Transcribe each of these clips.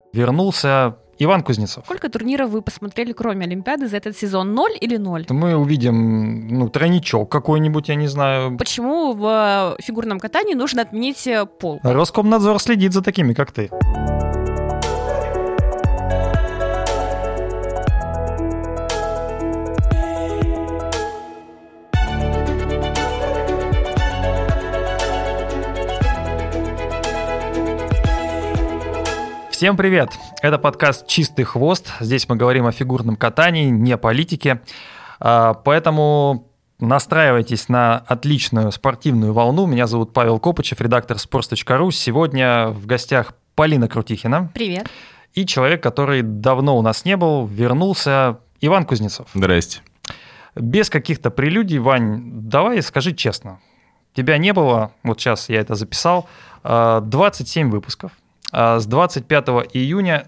Вернулся Иван Кузнецов. Сколько турниров вы посмотрели, кроме Олимпиады, за этот сезон? 0 или 0? Мы увидим, тройничок какой-нибудь, я не знаю. Почему в фигурном катании нужно отменить пол? Роскомнадзор следит за такими, как ты. Всем привет! Это подкаст «Чистый хвост». Здесь мы говорим о фигурном катании, не о политике. Поэтому настраивайтесь на отличную спортивную волну. Меня зовут Павел Копычев, редактор sports.ru. Сегодня в гостях Полина Крутихина. Привет. И человек, который давно у нас не был, вернулся, Иван Кузнецов. Здрасте. Без каких-то прелюдий, Вань, давай скажи честно. Тебя не было, вот сейчас я это записал, 27 выпусков. С 25 июня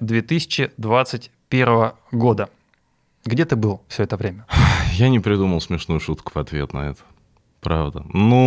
2021 года. Где ты был все это время? Я не придумал смешную шутку в ответ на это. Правда.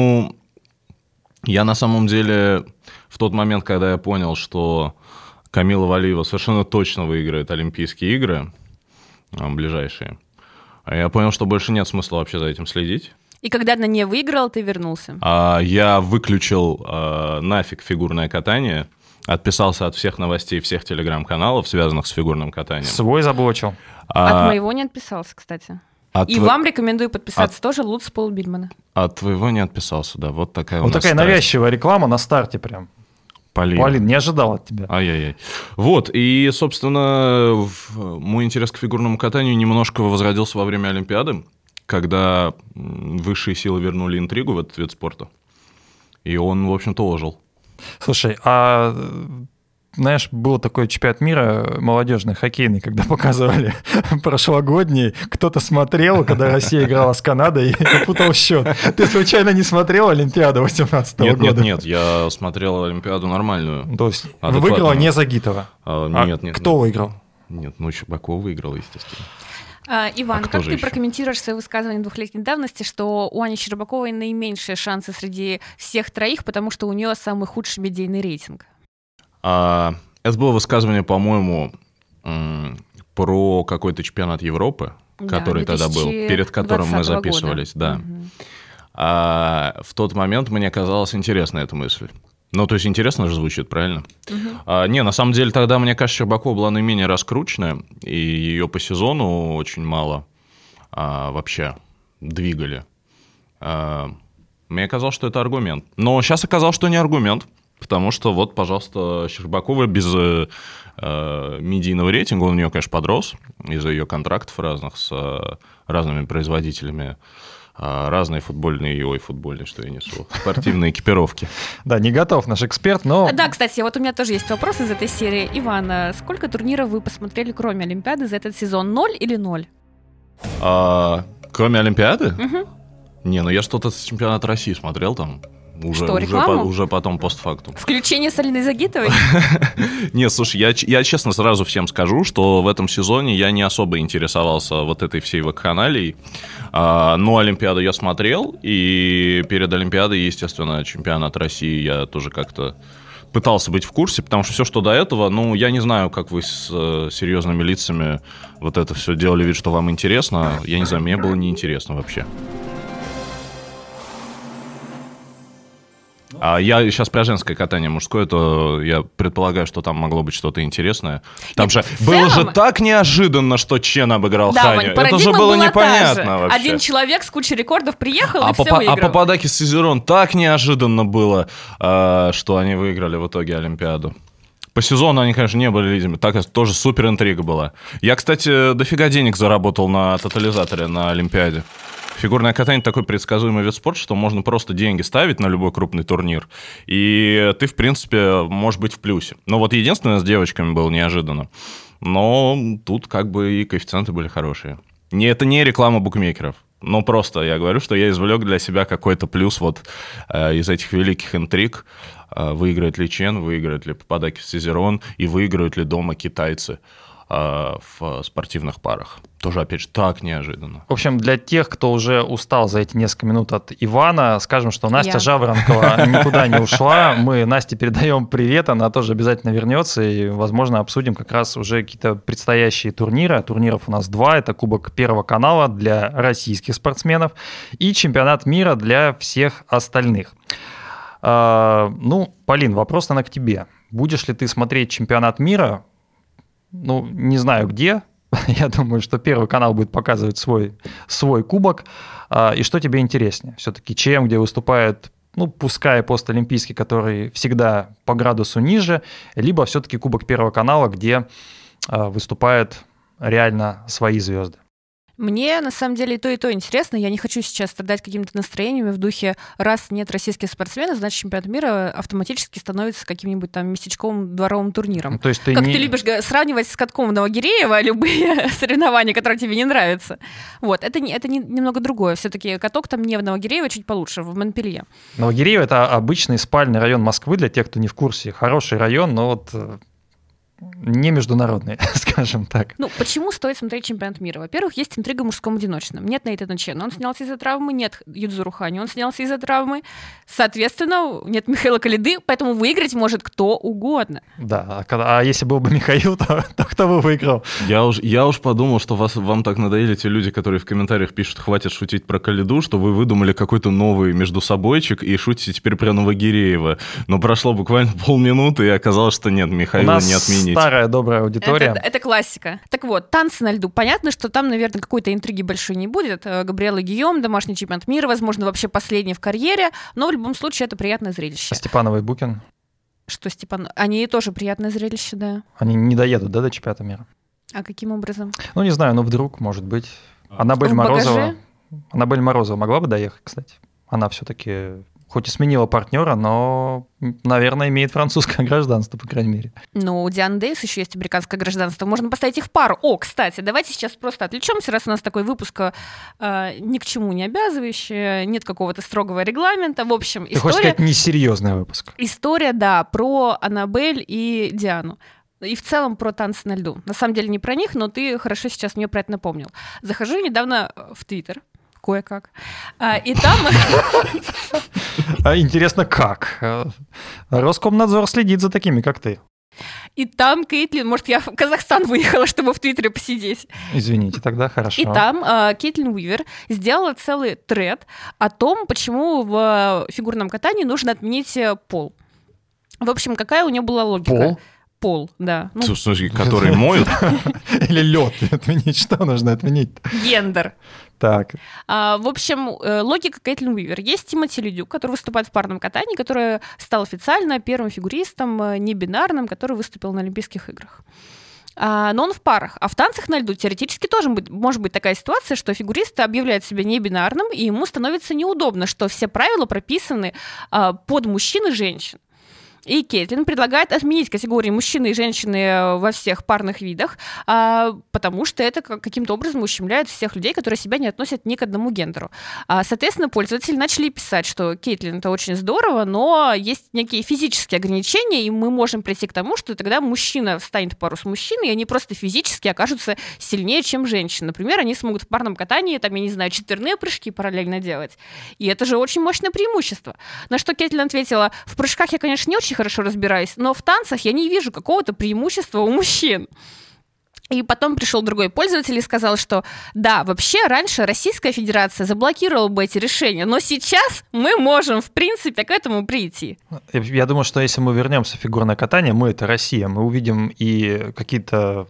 Я на самом деле в тот момент, когда я понял, что Камила Валиева совершенно точно выиграет Олимпийские игры ближайшие, я понял, что больше нет смысла вообще за этим следить. И когда она не выиграла, ты вернулся? Я выключил нафиг фигурное катание. Отписался от всех новостей, всех телеграм-каналов, связанных с фигурным катанием. Свой заблочил. От моего не отписался, кстати. Вам рекомендую подписаться тоже, Лутц Пол Бильмана. От твоего не отписался, да. Вот такая у нас такая страсть. Навязчивая реклама на старте прям. Полин, не ожидал от тебя. Ай-яй-яй. Вот, и, собственно, мой интерес к фигурному катанию немножко возродился во время Олимпиады, когда высшие силы вернули интригу в этот вид спорта. И он, в общем-то, ожил. Слушай, знаешь, был такой чемпионат мира молодежный, хоккейный, когда показывали прошлогодний, кто-то смотрел, когда Россия играла с Канадой и попутал счет. Ты случайно не смотрел Олимпиаду 2018 года? Нет, я смотрел Олимпиаду нормальную. То есть выиграла не Загитова? Нет. Кто выиграл? Нет, Щербакова выиграла, естественно. Иван, как ты прокомментируешь свое высказывание двухлетней давности, что у Ани Щербаковой наименьшие шансы среди всех троих, потому что у нее самый худший медийный рейтинг? Это было высказывание, по-моему, про какой-то чемпионат Европы, который тогда был, перед которым мы записывались. Года. Да. В тот момент мне казалась интересная эта мысль. То есть интересно же звучит, правильно? На самом деле тогда, мне кажется, Щербакова была наименее раскрученная, и ее по сезону очень мало вообще двигали. Мне казалось, что это аргумент. Но сейчас оказалось, что не аргумент, потому что вот, пожалуйста, Щербакова без медийного рейтинга, он у нее, конечно, подрос из-за ее контрактов разных с разными производителями. Разные футбольные, что я несу, спортивные экипировки. Да, не готов наш эксперт, но... Да, кстати, вот у меня тоже есть вопрос из этой серии. Иван, сколько турниров вы посмотрели, кроме Олимпиады, за этот сезон? 0 или 0? Кроме Олимпиады? Угу. Я что-то с чемпионата России смотрел там. Уже потом постфактум. Включение с Алиной Загитовой? Нет, слушай, я честно сразу всем скажу, что в этом сезоне я не особо интересовался вот этой всей вакханалией. Но Олимпиаду я смотрел, и перед Олимпиадой, естественно, чемпионат России я тоже как-то пытался быть в курсе, потому что все, что до этого, я не знаю, как вы с серьезными лицами вот это все делали вид, что вам интересно. Я не знаю, мне было неинтересно вообще. Я сейчас про женское катание, мужское, то я предполагаю, что там могло быть что-то интересное. Там же было же так неожиданно, что Чен обыграл Ханю. Это же было непонятно вообще. Один человек с кучей рекордов приехал и все выиграл. А Пападаки с Сизерон так неожиданно было, что они выиграли в итоге Олимпиаду. По сезону они, конечно, не были лидерами. Так тоже супер интрига была. Я, кстати, дофига денег заработал на тотализаторе на Олимпиаде. Фигурное катание такой предсказуемый вид спорта, что можно просто деньги ставить на любой крупный турнир, и ты, в принципе, можешь быть в плюсе. Вот единственное, с девочками было неожиданно. Но тут как бы и коэффициенты были хорошие. Это не реклама букмекеров. Просто я говорю, что я извлек для себя какой-то плюс из этих великих интриг. Выиграет ли Чен, выиграет ли Пападаки Сизерон, и выиграют ли дома китайцы. в спортивных парах. Тоже, опять же, так неожиданно. В общем, для тех, кто уже устал за эти несколько минут от Ивана, скажем, что Настя Жаворонкова никуда не ушла. Мы Насте передаем привет, она тоже обязательно вернется, и, возможно, обсудим как раз уже какие-то предстоящие турниры. Турниров у нас 2. Это Кубок Первого канала для российских спортсменов и Чемпионат мира для всех остальных. Полин, вопрос, наверное, к тебе. Будешь ли ты смотреть Чемпионат мира? Не знаю где. Я думаю, что Первый канал будет показывать свой кубок. И что тебе интереснее? Все-таки ЧМ, где выступает, пускай постолимпийский, который всегда по градусу ниже, либо все-таки Кубок Первого канала, где выступают реально свои звезды? Мне, на самом деле, и то интересно. Я не хочу сейчас страдать какими-то настроениями в духе, раз нет российских спортсменов, значит, чемпионат мира автоматически становится каким-нибудь там местечковым дворовым турниром. То есть ты ты любишь сравнивать с катком Новогиреева любые соревнования, которые тебе не нравятся. Вот, это немного другое. Все-таки каток там не в Новогиреево, чуть получше, в Монпелье. Новогиреево — это обычный спальный район Москвы, для тех, кто не в курсе. Хороший район, но не международный, скажем так. Почему стоит смотреть чемпионат мира? Во-первых, есть интрига в мужском одиночном. Нет Нейтана Чена, он снялся из-за травмы, нет Юдзу Рухани, он снялся из-за травмы. Соответственно, нет Михаила Калиды, поэтому выиграть может кто угодно. Да, а если был бы Михаил, то кто бы выиграл? Я уж подумал, что вам так надоели те люди, которые в комментариях пишут, хватит шутить про Калиду, что вы выдумали какой-то новый междусобойчик и шутите теперь про Новогиреева. Но прошло буквально полминуты, и оказалось, что нет, Михаила не отменить. Старая добрая аудитория. Это классика. Так вот, танцы на льду. Понятно, что там, наверное, какой-то интриги большой не будет. Габриэла Гийом, домашний чемпионат мира, возможно, вообще последний в карьере, но в любом случае это приятное зрелище. А Степанова и Букин? Что Степан? Они тоже приятное зрелище, да. Они не доедут, да, до чемпионата мира? А каким образом? Не знаю, но вдруг, может быть. Аннабель Морозова могла бы доехать, кстати. Она все-таки хоть и сменила партнера, но, наверное, имеет французское гражданство, по крайней мере. У Дианы Дэвис еще есть американское гражданство. Можно поставить их в пару. Кстати, давайте сейчас просто отвлечемся, раз у нас такой выпуск ни к чему не обязывающий, нет какого-то строгого регламента. В общем, Ты хочешь сказать, несерьезный выпуск? История, да, про Аннабель и Диану. И в целом про танцы на льду. На самом деле не про них, но ты хорошо сейчас мне про это напомнил. Захожу недавно в Твиттер, кое-как. И там... Интересно, как? Роскомнадзор следит за такими, как ты. И там Кейтлин... Может, я в Казахстан выехала, чтобы в Твиттере посидеть. Извините, тогда хорошо. И там Кейтлин Уивер сделала целый тред о том, почему в фигурном катании нужно отменить пол. В общем, какая у нее была логика? Пол, да. Слушай, которые моют? Или лед отменить? Что нужно отменить? Гендер. Так. В общем, логика Кейтлин Уивер. Есть Тимоти Лидюк, который выступает в парном катании, который стал официально первым фигуристом небинарным, который выступил на Олимпийских играх. Но он в парах. А в танцах на льду теоретически тоже может быть такая ситуация, что фигурист объявляет себя небинарным, и ему становится неудобно, что все правила прописаны под мужчин и женщин. И Кейтлин предлагает отменить категории мужчины и женщины во всех парных видах, потому что это каким-то образом ущемляет всех людей, которые себя не относят ни к одному гендеру. Соответственно, пользователи начали писать, что Кейтлин — это очень здорово, но есть некие физические ограничения, и мы можем прийти к тому, что тогда мужчина встанет в пару с мужчиной, и они просто физически окажутся сильнее, чем женщина. Например, они смогут в парном катании, там, я не знаю, четверные прыжки параллельно делать. И это же очень мощное преимущество. На что Кейтлин ответила: в прыжках я, конечно, не очень хорошо разбираюсь, но в танцах я не вижу какого-то преимущества у мужчин. И потом пришел другой пользователь и сказал, что да, вообще раньше Российская Федерация заблокировала бы эти решения, но сейчас мы можем, в принципе, к этому прийти. Я думаю, что если мы вернемся в фигурное катание, мы — это Россия, мы увидим и какие-то,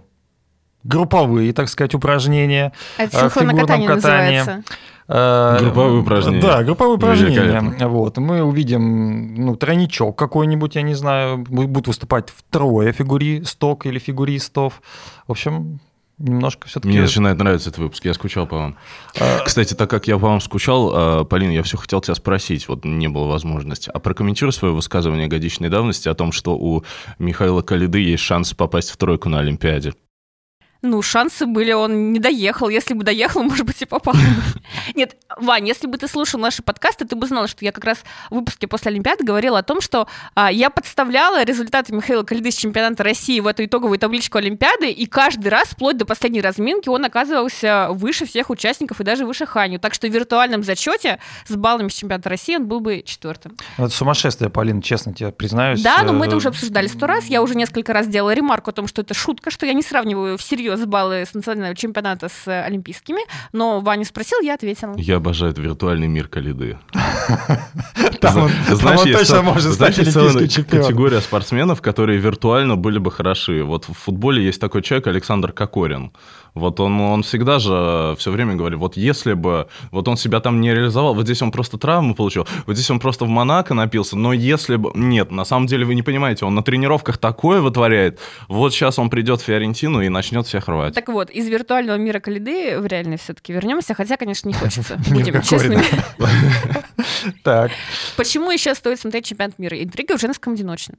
групповые, так сказать, упражнения. Это фигурное катание называется. Групповые упражнения. Да, групповые упражнения. Вот. Мы увидим тройничок какой-нибудь, я не знаю, будут выступать втрое фигуристок или фигуристов. В общем, немножко все-таки... Мне начинает нравиться этот выпуск, я скучал по вам. Кстати, так как я по вам скучал, Полин, я все хотел тебя спросить, не было возможности. А прокомментируй свое высказывание годичной давности о том, что у Михаила Калиды есть шанс попасть в тройку на Олимпиаде. Ну, шансы были, он не доехал. Если бы доехал, может быть, и попал. Нет, Вань, если бы ты слушал наши подкасты, ты бы знал, что я как раз в выпуске после Олимпиады говорила о том, что я подставляла результаты Михаила Калиды с чемпионата России в эту итоговую табличку Олимпиады, и каждый раз, вплоть до последней разминки, он оказывался выше всех участников и даже выше Ханю. Так что в виртуальном зачете с баллами с чемпионата России он был бы 4-м. Это сумасшествие, Полина, честно тебе признаюсь. Да, но мы это уже обсуждали 100 раз. Я уже несколько раз делала ремарку о том, что это шутка, что я не сравниваю всерьез баллы с национального чемпионата с олимпийскими, но Ваня спросил, я ответила. Я обожаю этот виртуальный мир Калиды. Там он точно может стать олимпийским чемпионом. Категория спортсменов, которые виртуально были бы хороши. Вот в футболе есть такой человек, Александр Кокорин. Вот он всегда же все время говорит, вот если бы вот он себя там не реализовал, вот здесь он просто травму получил, вот здесь он просто в Монако напился, но если бы... Нет, на самом деле вы не понимаете, он на тренировках такое вытворяет, вот сейчас он придет в Фиорентину и начнет всех рвать. Так вот, из виртуального мира Калиды в реальный все-таки вернемся, хотя, конечно, не хочется, будем честными. Так. Почему еще стоит смотреть чемпионат мира? Интрига в женском одиночном.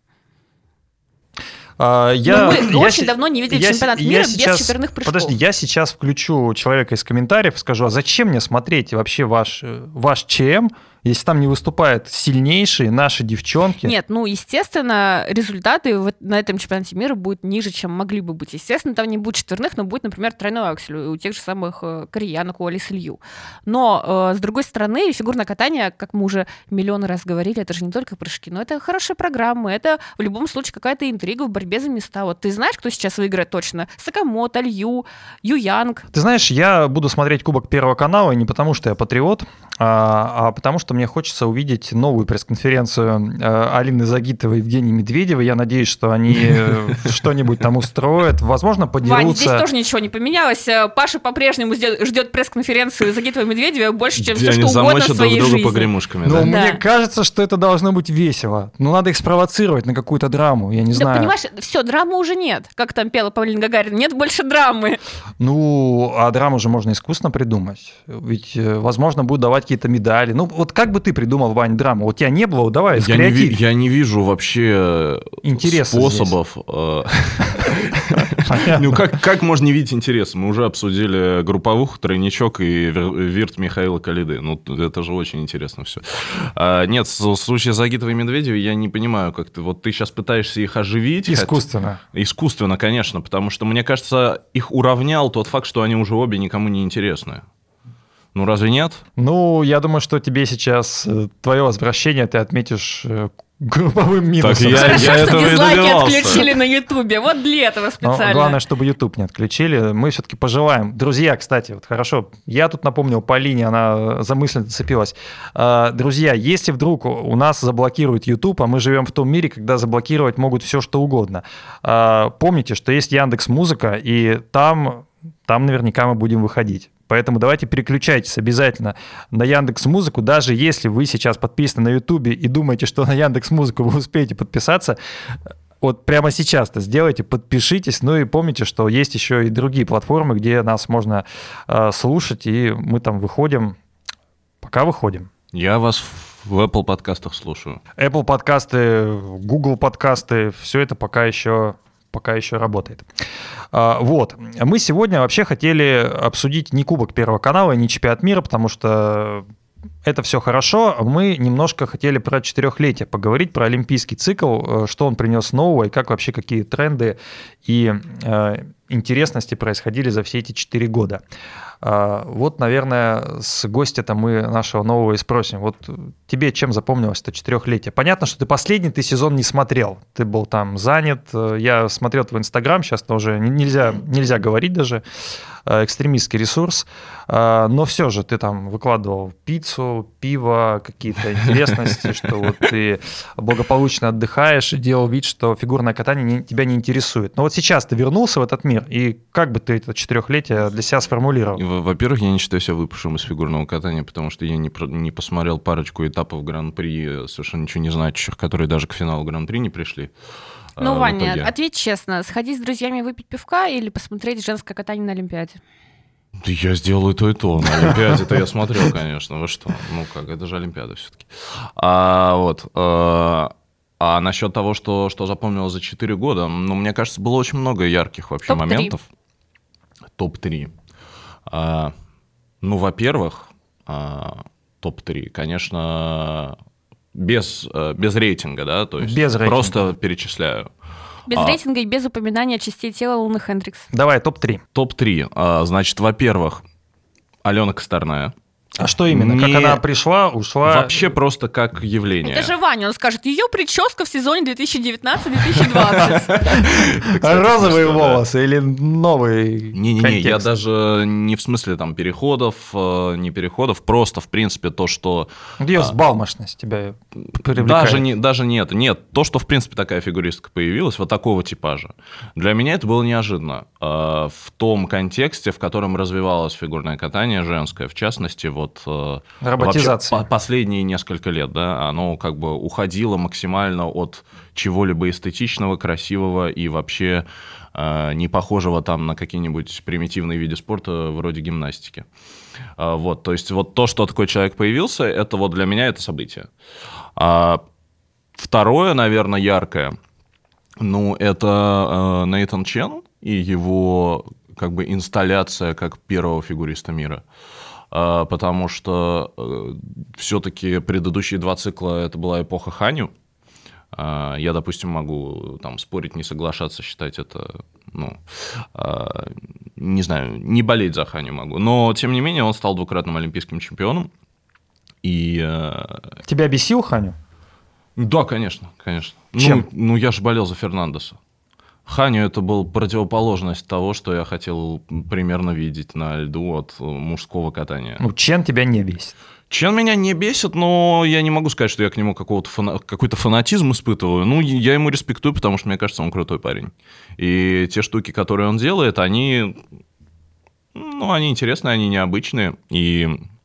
Мы очень давно не видели чемпионат мира без четверных прыжков. Подожди, я сейчас включу человека из комментариев и скажу, а зачем мне смотреть вообще ваш ЧМ, если там не выступают сильнейшие наши девчонки? Нет, ну, естественно, результаты на этом чемпионате мира будут ниже, чем могли бы быть. Естественно, там не будет четверных, но будет, например, тройной аксель у тех же самых кореянок, у Алисы Лью. Но, с другой стороны, фигурное катание, как мы уже миллион раз говорили, это же не только прыжки, но это хорошая программа, это в любом случае какая-то интрига в борьбе за места. Вот ты знаешь, кто сейчас выиграет точно? Сакамото, Лью, Юянг. Ты знаешь, я буду смотреть Кубок Первого канала не потому, что я патриот, а потому что мне хочется увидеть новую пресс-конференцию Алины Загитовой и Евгении Медведевой. Я надеюсь, что они что-нибудь там устроят. Возможно, подерутся. Вань, здесь тоже ничего не поменялось. Паша по-прежнему ждет пресс-конференцию Загитовой и Медведевой больше, чем все, что угодно в своей жизни. Друг друга погремушками. Ну, мне кажется, что это должно быть весело. Ну, надо их спровоцировать на какую-то драму, я не знаю. Да, понимаешь, все, драмы уже нет. Как там пела Полина Гагарина, нет больше драмы. Ну, а драму же можно искусственно придумать. Ведь, возможно, будут давать какие-то медали. Ну, вот как бы ты придумал, Вань, драму? Вот тебя не было, вот давай, скреативь. Я не вижу вообще способов. Ну, как можно не видеть интереса? Мы уже обсудили групповуху, тройничок и вирт Михаила Калиды. Ну, это же очень интересно все. Нет, в случае Загитовой и Медведевой я не понимаю, как ты... Вот ты сейчас пытаешься их оживить. Искусственно. Искусственно, конечно, потому что, мне кажется, их уравнял тот факт, что они уже обе никому не интересны. Ну, разве нет? Ну, я думаю, что тебе сейчас твое возвращение ты отметишь групповым минусом. Хорошо, что дизлайки отключили на Ютубе. Вот для этого специально. Но главное, чтобы Ютуб не отключили. Мы все-таки пожелаем. Друзья, кстати, вот хорошо, я тут напомнил Полине, она за мысль зацепилась. Друзья, если вдруг у нас заблокируют Ютуб, а мы живем в том мире, когда заблокировать могут все, что угодно, помните, что есть Яндекс.Музыка, и там наверняка мы будем выходить. Поэтому давайте переключайтесь обязательно на Яндекс.Музыку. Даже если вы сейчас подписаны на Ютубе и думаете, что на Яндекс.Музыку вы успеете подписаться, вот прямо сейчас-то сделайте, подпишитесь. Ну и помните, что есть еще и другие платформы, где нас можно слушать, и мы там выходим, пока выходим. Я вас в Apple подкастах слушаю. Apple подкасты, Google подкасты, все это пока еще работает. Вот. Мы сегодня вообще хотели обсудить не Кубок Первого канала, не чемпионат мира, потому что это все хорошо. Мы немножко хотели про 4-летие поговорить, про олимпийский цикл, что он принес нового и как вообще какие тренды и интересности происходили за все эти 4 года. Вот, наверное, с гостя-то мы нашего нового и спросим. Вот тебе чем запомнилось это 4-летие? Понятно, что ты последний сезон не смотрел. Ты был там занят. Я смотрел твой Инстаграм, сейчас уже нельзя говорить даже. Экстремистский ресурс. Но все же ты там выкладывал пиццу, пиво, какие-то интересности, что вот ты благополучно отдыхаешь и делал вид, что фигурное катание тебя не интересует. Но вот сейчас ты вернулся в этот мир, и как бы ты это 4-летие для себя сформулировал? Во-первых, я не считаю себя выпавшим из фигурного катания, потому что я не посмотрел парочку этапов Гран-при, совершенно ничего не значащих, которые даже к финалу Гран-при не пришли. Ну, Ваня, ответь честно, сходить с друзьями выпить пивка или посмотреть женское катание на Олимпиаде? Да я сделал и то, и то. На Олимпиаде-то я смотрел, конечно. Вы что? Ну как, это же Олимпиада все-таки. А насчет того, что запомнилось за 4 года, ну, мне кажется, было очень много ярких вообще Топ-3. моментов. топ-3. Ну, во-первых, топ-3, конечно, без рейтинга, да, то есть без просто перечисляю. Без рейтинга и без упоминания частей тела Луны Хендрикс. Давай, топ-3. Топ-3. Значит, во-первых, Алена Косторная. А что именно? Как она пришла, ушла? Вообще просто как явление. Это же Ваня, он скажет, ее прическа в сезоне 2019-2020. Розовые волосы или новый Не-не-не, я даже не в смысле там переходов, не переходов, просто в принципе то, что... Ее взбалмошность тебя привлекает. Даже не это. Нет, то, что в принципе такая фигуристка появилась, вот такого типажа. Для меня это было неожиданно. В том контексте, в котором развивалось фигурное катание женское, в частности, вот роботизация. Последние несколько лет, да, оно как бы уходило максимально от чего-либо эстетичного, красивого и вообще не похожего там на какие-нибудь примитивные виды спорта вроде гимнастики. Вот, то есть вот то, что такой человек появился, это вот для меня это событие. Второе, наверное, яркое, ну, это Нейтан Чен и его как бы инсталляция как первого фигуриста мира. Потому что все-таки предыдущие 2 цикла это была эпоха Ханю. Я, допустим, могу там спорить, не соглашаться, считать это, ну, не знаю, не болеть за Ханю могу. Но, тем не менее, он стал 2-кратным олимпийским чемпионом. И... Тебя бесил Ханю? Да, конечно, конечно. Чем? Ну, я же болел за Фернандеса. Ханю это был противоположность того, что я хотел примерно видеть на льду от мужского катания. Ну, Чен тебя не бесит. Чен меня не бесит, но я не могу сказать, что я к нему какой-то фанатизм испытываю. Ну, я ему респектую, потому что мне кажется, он крутой парень. И те штуки, которые он делает, они интересные, они необычные. И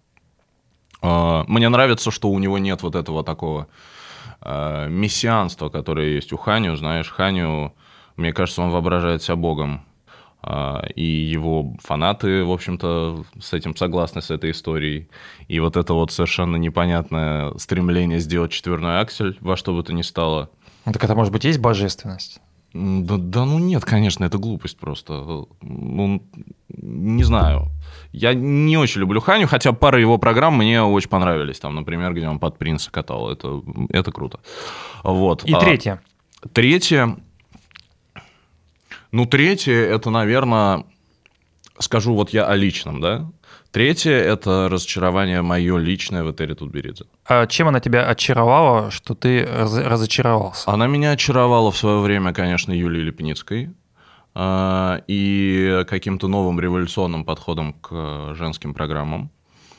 мне нравится, что у него нет вот этого такого мессианства, которое есть у Ханю. Знаешь, Ханю, мне кажется, он воображает себя богом. И его фанаты, в общем-то, с этим согласны, с этой историей. И вот это вот совершенно непонятное стремление сделать 4-й аксель во что бы то ни стало. Ну, так это, может быть, есть божественность? Да ну нет, конечно, это глупость просто. Ну, не знаю. Я не очень люблю Ханю, хотя пара его программ мне очень понравились. Там, например, где он под принца катал. Это круто. Вот. И третье. Третье... Ну, третье, это, наверное, скажу вот я о личном, да? Третье, это разочарование мое личное в Этери Тутберидзе. А чем она тебя очаровала, что ты разочаровался? Она меня очаровала в свое время, конечно, Юлией Лепницкой и каким-то новым революционным подходом к женским программам.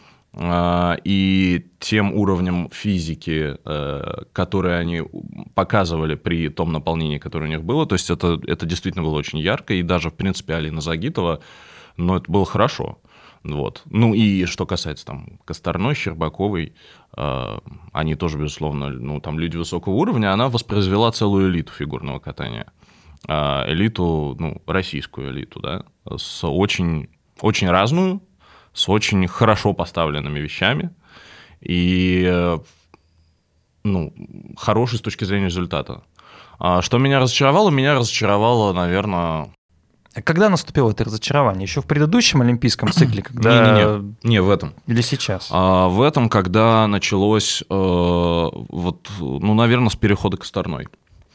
И тем уровнем физики, который они показывали при том наполнении, которое у них было. То есть это действительно было очень ярко, и даже, в принципе, Алина Загитова, но это было хорошо. Вот. Ну и что касается там Косторной, Щербаковой, они тоже, безусловно, ну, там люди высокого уровня, она воспроизвела целую элиту фигурного катания. Элиту, ну, российскую элиту, да, с очень, очень разную, с очень хорошо поставленными вещами и, ну, хороший с точки зрения результата. Что меня разочаровало? Меня разочаровало, наверное... Когда наступило это разочарование? Еще в предыдущем олимпийском цикле? Когда... Не, в этом. Или сейчас? В этом, когда началось, вот, ну, наверное, с перехода к Косторной.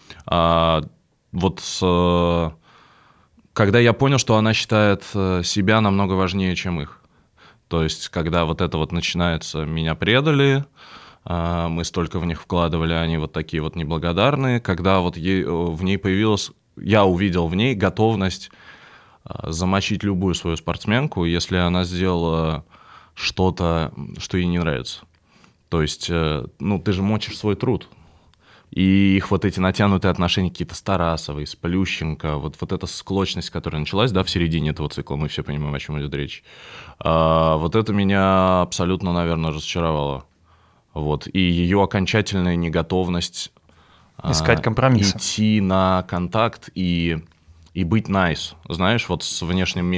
Вот когда я понял, что она считает себя намного важнее, чем их. То есть, когда вот это вот начинается, меня предали, мы столько в них вкладывали, они вот такие вот неблагодарные. Когда вот в ней появилась, я увидел в ней готовность замочить любую свою спортсменку, если она сделала что-то, что ей не нравится. То есть, ну, ты же мочишь свой труд. И их вот эти натянутые отношения какие-то с Тарасовой, с Плющенко, вот эта склочность, которая началась, да, в середине этого цикла, мы все понимаем, о чем идет речь. Вот это меня абсолютно, наверное, разочаровало. Вот. И ее окончательная неготовность искать компромиссы, идти на контакт и быть nice, знаешь, вот с внешним миром.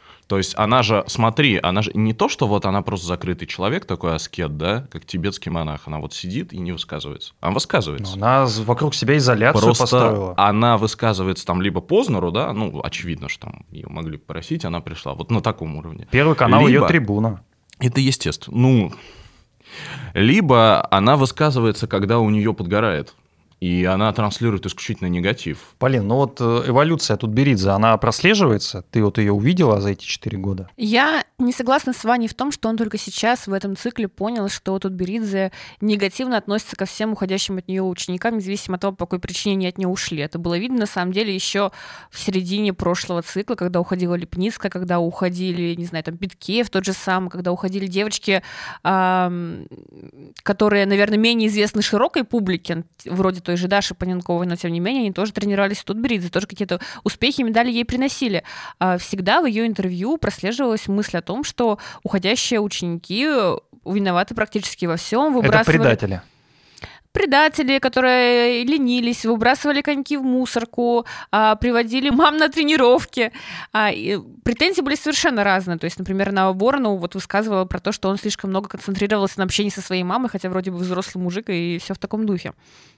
То есть она же, смотри, она же не то, что вот она просто закрытый человек, такой аскет, да, как тибетский монах, она вот сидит и не высказывается. Она высказывается. Но она вокруг себя изоляцию просто построила. Она высказывается там либо Познеру, да, ну, очевидно, что там ее могли попросить, она пришла вот на таком уровне. Первый канал либо, ее трибуна. Это естественно. Ну, либо она высказывается, когда у нее подгорает. И она транслирует исключительно негатив. Полин, ну вот эволюция Тутберидзе, она прослеживается? Ты вот ее увидела за эти 4 года? Я не согласна с Ваней в том, что он только сейчас в этом цикле понял, что Тутберидзе негативно относится ко всем уходящим от нее ученикам, независимо от того, по какой причине они от нее ушли. Это было видно, на самом деле, еще в середине прошлого цикла, когда уходила Липницкая, когда уходили, не знаю, там, Питкеев тот же самый, когда уходили девочки, которые, наверное, менее известны широкой публике, вроде той же Даши Паненковой, но тем не менее они тоже тренировались в Тутберидзе, тоже какие-то успехи и медали ей приносили. Всегда в ее интервью прослеживалась мысль о том, что уходящие ученики виноваты практически во всем. Это предатели. Предатели, которые ленились, выбрасывали коньки в мусорку, приводили мам на тренировки. Претензии были совершенно разные. То есть, например, на Воронову вот высказывала про то, что он слишком много концентрировался на общении со своей мамой, хотя вроде бы взрослый мужик и все в таком духе.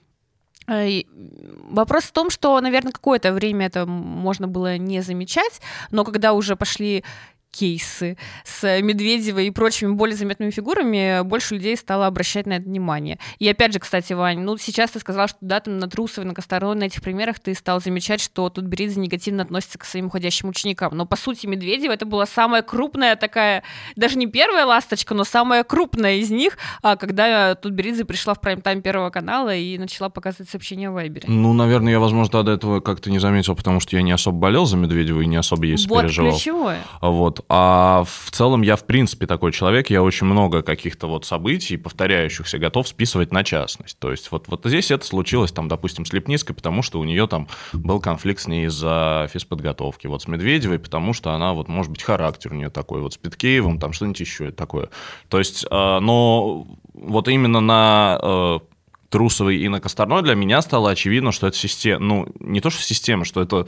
Вопрос в том, что, наверное, какое-то время это можно было не замечать, но когда уже пошли кейсы с Медведевой и прочими более заметными фигурами, больше людей стало обращать на это внимание. И опять же, кстати, Вань, ну сейчас ты сказал, что да, там на Трусовой, на Косторной, на этих примерах ты стал замечать, что Тутберидзе негативно относится к своим уходящим ученикам. Но, по сути, Медведева это была самая крупная такая, даже не первая ласточка, но самая крупная из них, когда Тутберидзе пришла в прайм-тайм Первого канала и начала показывать сообщения в Вайбере. Ну, наверное, я, возможно, до этого как-то не заметил, потому что я не особо болел за Медведеву и не особо ей сопереживал. Вот ключевое. Вот. А в целом я, в принципе, такой человек, я очень много каких-то вот событий, повторяющихся, готов списывать на частность. То есть вот здесь это случилось, там, допустим, с Липницкой, потому что у нее там был конфликт с ней из-за физподготовки. Вот с Медведевой, потому что она, вот, может быть, характер у нее такой. Вот с Питкеевым там что-нибудь еще такое. То есть, но вот именно на Трусовой и на Косторной для меня стало очевидно, что это система, ну, не то, что система, что это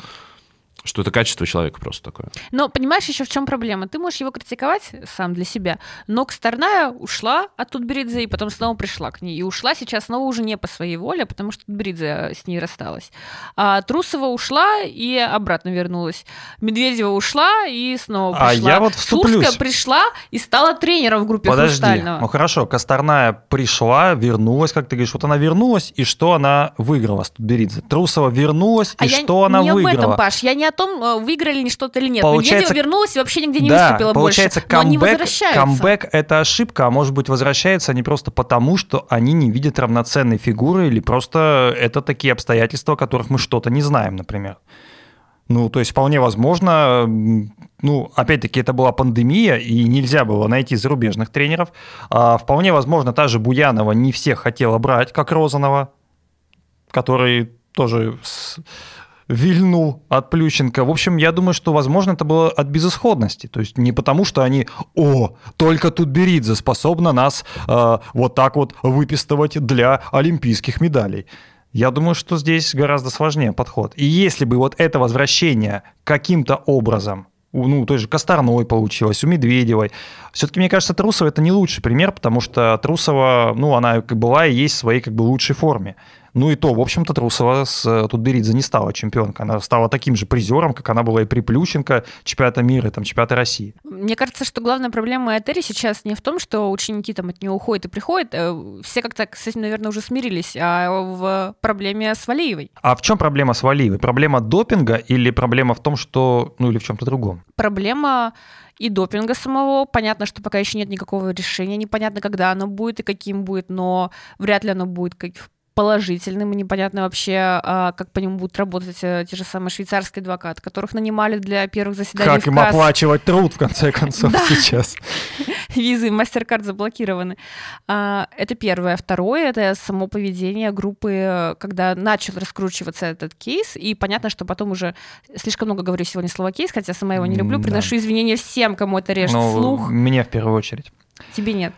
качество человека просто такое. Но понимаешь, еще в чем проблема? Ты можешь его критиковать сам для себя, но Косторная ушла от Тутберидзе и потом снова пришла к ней. И ушла сейчас снова уже не по своей воле, потому что Тутберидзе с ней рассталась. А Трусова ушла и обратно вернулась. Медведева ушла и снова пришла. А я вот вступлюсь. Сурская пришла и стала тренером в группе Хрустального. Ну хорошо, Косторная пришла, вернулась, как ты говоришь, вот она вернулась, и что она выиграла с Тутберидзе? Трусова вернулась, и что она выиграла? Не об этом, Паш, я не о том, выиграли они что-то или нет. Получается, Медведева вернулась и вообще нигде не выступила получается, больше. Но они возвращаются. Камбэк – это ошибка, а может быть, возвращаются они просто потому, что они не видят равноценной фигуры, или просто это такие обстоятельства, о которых мы что-то не знаем, например. Ну, то есть вполне возможно, ну, опять-таки, это была пандемия, и нельзя было найти зарубежных тренеров. Вполне возможно, та же Буянова не всех хотела брать, как Розанова, который тоже вильнул от Плющенко. В общем, я думаю, что, возможно, это было от безысходности. То есть не потому, что они, только Тутберидзе способна нас вот так вот выпистывать для олимпийских медалей. Я думаю, что здесь гораздо сложнее подход. И если бы вот это возвращение каким-то образом, ну, той же Косторной получилось, у Медведевой, все-таки, мне кажется, Трусова это не лучший пример, потому что Трусова, ну, она была и есть в своей как бы лучшей форме. Ну и то, в общем-то, Трусова с Тутберидзе не стала чемпионкой. Она стала таким же призером, как она была и при Плющенко, чемпионата мира, там, чемпионата России. Мне кажется, что главная проблема Этери сейчас не в том, что ученики там от нее уходят и приходят. Все как-то с этим, наверное, уже смирились, а в проблеме с Валиевой. А в чем проблема с Валиевой? Проблема допинга или проблема в том, что... Ну или в чем-то другом? Проблема и допинга самого. Понятно, что пока еще нет никакого решения. Непонятно, когда оно будет и каким будет, но вряд ли оно будет положительным, и непонятно вообще, как по нему будут работать те же самые швейцарские адвокаты, которых нанимали для первых заседаний Как им оплачивать труд, в конце концов, сейчас? Визы и MasterCard заблокированы. Это первое. Второе, это само поведение группы, когда начал раскручиваться этот кейс, и понятно, что потом уже слишком много говорю сегодня слово кейс, хотя сама его не люблю, приношу извинения всем, кому это режет слух. Мне в первую очередь. Тебе нет.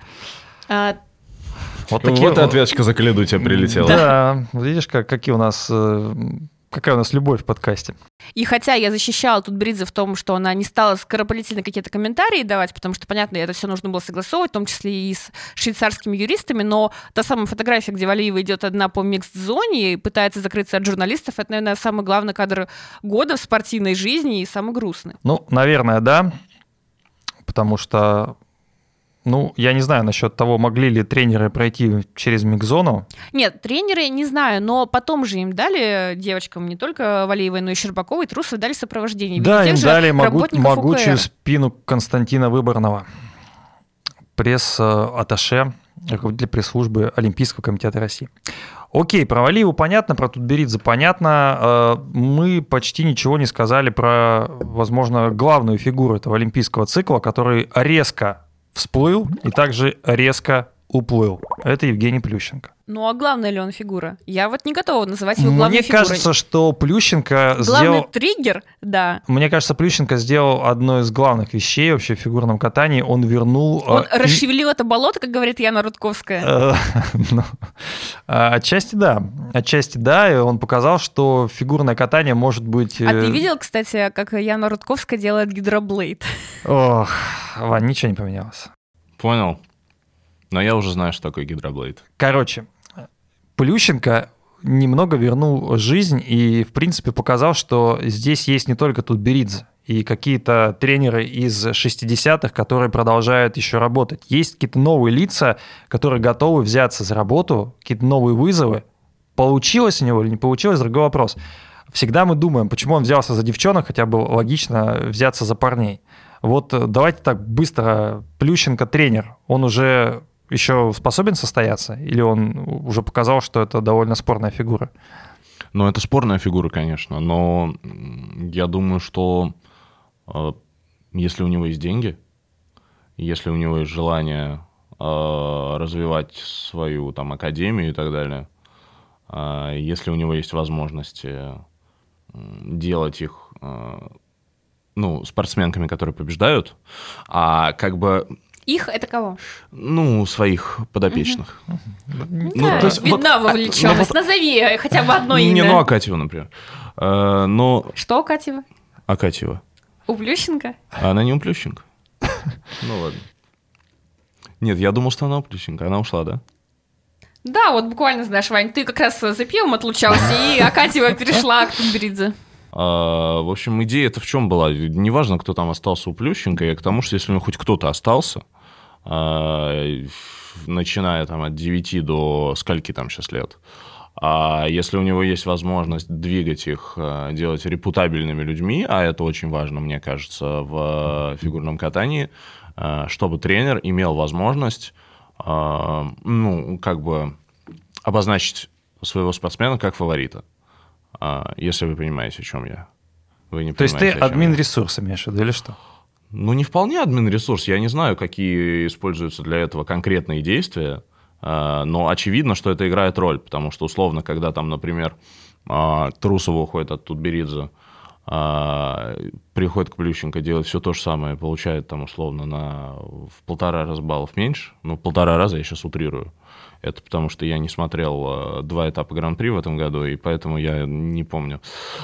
Вот ответочка за Калиду тебе прилетела. Да, видишь, какие у нас какая у нас любовь в подкасте. И хотя я защищала Тутберидзе в том, что она не стала скоропалительно какие-то комментарии давать, потому что, понятно, это все нужно было согласовывать, в том числе и с швейцарскими юристами, но та самая фотография, где Валиева идет одна по микс-зоне и пытается закрыться от журналистов, это, наверное, самый главный кадр года в спортивной жизни и самый грустный. Ну, наверное, да, потому что... Ну, я не знаю насчет того, могли ли тренеры пройти через микс-зону. Нет, тренеры не знаю, но потом же им дали, девочкам, не только Валиевой, но и Щербаковой, Трусовой, дали сопровождение. Да, им дали могучую спину Константина Выборного, пресс-атташе, руководитель пресс-службы Олимпийского комитета России. Окей, про Валиеву понятно, про Тутберидзе понятно. Мы почти ничего не сказали про, возможно, главную фигуру этого олимпийского цикла, который резко всплыл и также резко уплыл. Это Евгений Плющенко. Ну, а главная ли он фигура? Я вот не готова называть его главной фигурой. Мне кажется, что Плющенко главный триггер, да. Мне кажется, Плющенко сделал одно из главных вещей вообще в фигурном катании. Он вернул... Он расшевелил это болото, как говорит Яна Рудковская. Отчасти да. И он показал, что фигурное катание может быть... А ты видел, кстати, как Яна Рудковская делает гидроблейд? Ох, Вань, ничего не поменялось. Понял. Но я уже знаю, что такое гидроблейд. Короче, Плющенко немного вернул жизнь и, в принципе, показал, что здесь есть не только Тутберидзе и какие-то тренеры из 60-х, которые продолжают еще работать. Есть какие-то новые лица, которые готовы взяться за работу, какие-то новые вызовы. Получилось у него или не получилось, другой вопрос. Всегда мы думаем, почему он взялся за девчонок, хотя бы логично взяться за парней. Вот давайте так быстро. Плющенко тренер, он уже... еще способен состояться? Или он уже показал, что это довольно спорная фигура? Ну, это спорная фигура, конечно, но я думаю, что если у него есть деньги, если у него есть желание развивать свою там академию и так далее, если у него есть возможности делать их, ну, спортсменками, которые побеждают, а как бы... Их — это кого? Ну, своих подопечных. Да, то есть, видна вовлеченность. Назови хотя бы одно имя. Не, ну, Акатьева, например. Но... Что Акатьева? Акатьева. У Плющенко? Она не у Плющенко. Ну, ладно. Нет, я думал, что она у Плющенко. Она ушла, да? Да, вот буквально, знаешь, Вань, ты как раз за пивом отлучался, и Акатьева перешла к Тутберидзе. В общем, идея-то в чем была? Неважно, кто там остался у Плющенко, я к тому, что если у него хоть кто-то остался, начиная там от 9 до скольки там сейчас лет, а если у него есть возможность двигать их, делать репутабельными людьми, а это очень важно, мне кажется, в фигурном катании, чтобы тренер имел возможность, ну, как бы обозначить своего спортсмена как фаворита. Если вы понимаете, о чем я. Вы не То есть ты админ-ресурс имеешь в виду или что? Ну, не вполне админ-ресурс. Я не знаю, какие используются для этого конкретные действия, но очевидно, что это играет роль, потому что, условно, когда там, например, Трусова уходит от Тутберидзе, приходит к Плющенко, делает все то же самое, получает там, условно, в 1,5 раза баллов меньше. Ну, 1,5 раза я сейчас утрирую. Это потому, что я не смотрел 2 этапа Гран-при в этом году, и поэтому я не помню.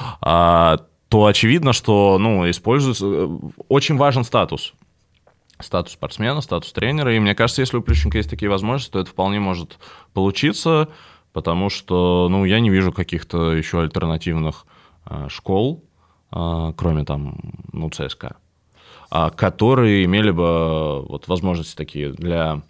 То очевидно, что, ну, используется... Очень важен статус. Статус спортсмена, статус тренера. И мне кажется, если у Плющенко есть такие возможности, то это вполне может получиться, потому что, ну, я не вижу каких-то еще альтернативных школ, кроме там, ну, ЦСКА, которые имели бы вот возможности такие для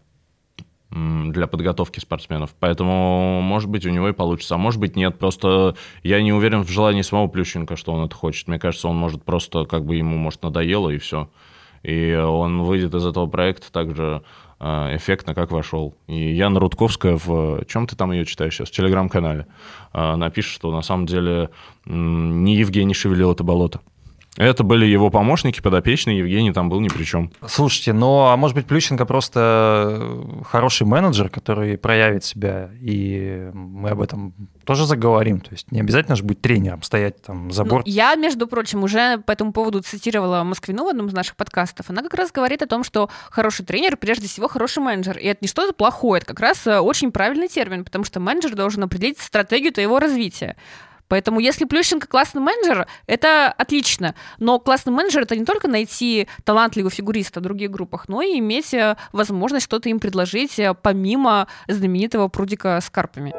подготовки спортсменов. Поэтому, может быть, у него и получится, а может быть, нет. Просто я не уверен в желании самого Плющенко, что он это хочет. Мне кажется, он может просто, как бы ему, может, надоело, и все. И он выйдет из этого проекта так же эффектно, как вошел. И Яна Рудковская в... Чем ты там ее читаешь сейчас? В Телеграм-канале. Напишет, что на самом деле не Евгений шевелил это болото. Это были его помощники, подопечные, Евгений там был ни при чем. Слушайте, ну, а может быть, Плющенко просто хороший менеджер, который проявит себя, и мы об этом тоже заговорим. То есть не обязательно же быть тренером, стоять там за борт. Ну, я, между прочим, уже по этому поводу цитировала Москвину в одном из наших подкастов. Она как раз говорит о том, что хороший тренер, прежде всего, хороший менеджер. И это не что-то плохое, это как раз очень правильный термин, потому что менеджер должен определить стратегию твоего развития. Поэтому если Плющенко классный менеджер, это отлично. Но классный менеджер — это не только найти талантливого фигуриста в других группах, но и иметь возможность что-то им предложить помимо знаменитого прудика с карпами.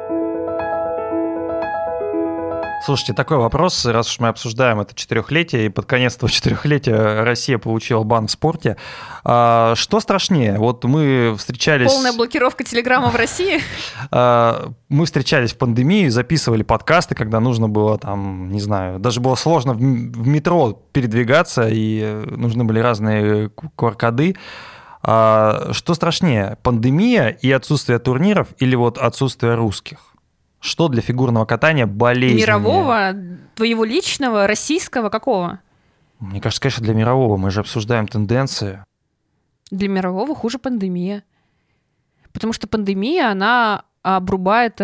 Слушайте, такой вопрос, раз уж мы обсуждаем это 4-летие, и под конец этого 4-летия Россия получила бан в спорте. Что страшнее? Вот мы встречались... Полная блокировка Телеграма в России? Мы встречались в пандемии, записывали подкасты, когда нужно было там, не знаю, даже было сложно в метро передвигаться, и нужны были разные QR-коды. Что страшнее, пандемия и отсутствие турниров или вот отсутствие русских? Что для фигурного катания болезненнее? Мирового, твоего личного, российского, какого? Мне кажется, конечно, для мирового. Мы же обсуждаем тенденции. Для мирового хуже пандемия. Потому что пандемия, она обрубает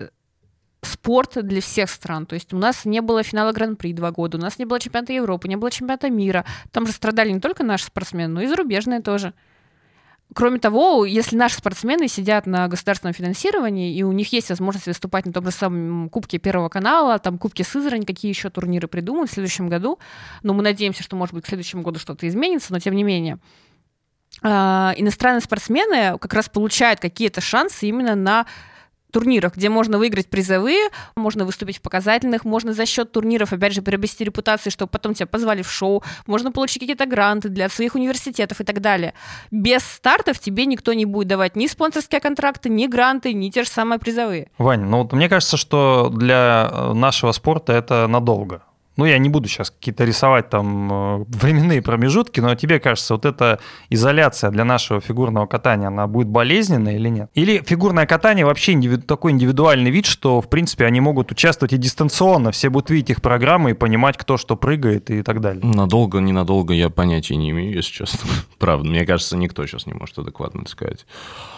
спорт для всех стран. То есть у нас не было финала Гран-при 2 года, у нас не было чемпионата Европы, не было чемпионата мира. Там же страдали не только наши спортсмены, но и зарубежные тоже. Кроме того, если наши спортсмены сидят на государственном финансировании, и у них есть возможность выступать на том же самом Кубке Первого канала, там Кубке Сызрань, какие еще турниры придумают в следующем году, но мы надеемся, что, может быть, к следующему году что-то изменится, но тем не менее. Иностранные спортсмены как раз получают какие-то шансы именно на турнирах, где можно выиграть призовые, можно выступить в показательных, можно за счет турниров, опять же, приобрести репутацию, чтобы потом тебя позвали в шоу, можно получить какие-то гранты для своих университетов и так далее. Без стартов тебе никто не будет давать ни спонсорские контракты, ни гранты, ни те же самые призовые. Вань, ну вот мне кажется, что для нашего спорта это надолго. Ну, я не буду сейчас какие-то рисовать там временные промежутки, но тебе кажется, вот эта изоляция для нашего фигурного катания, она будет болезненной или нет? Или фигурное катание вообще такой индивидуальный вид, что, в принципе, они могут участвовать и дистанционно, все будут видеть их программы и понимать, кто что прыгает и так далее? Надолго, ненадолго я понятия не имею, если честно. Правда, мне кажется, никто сейчас не может адекватно это сказать.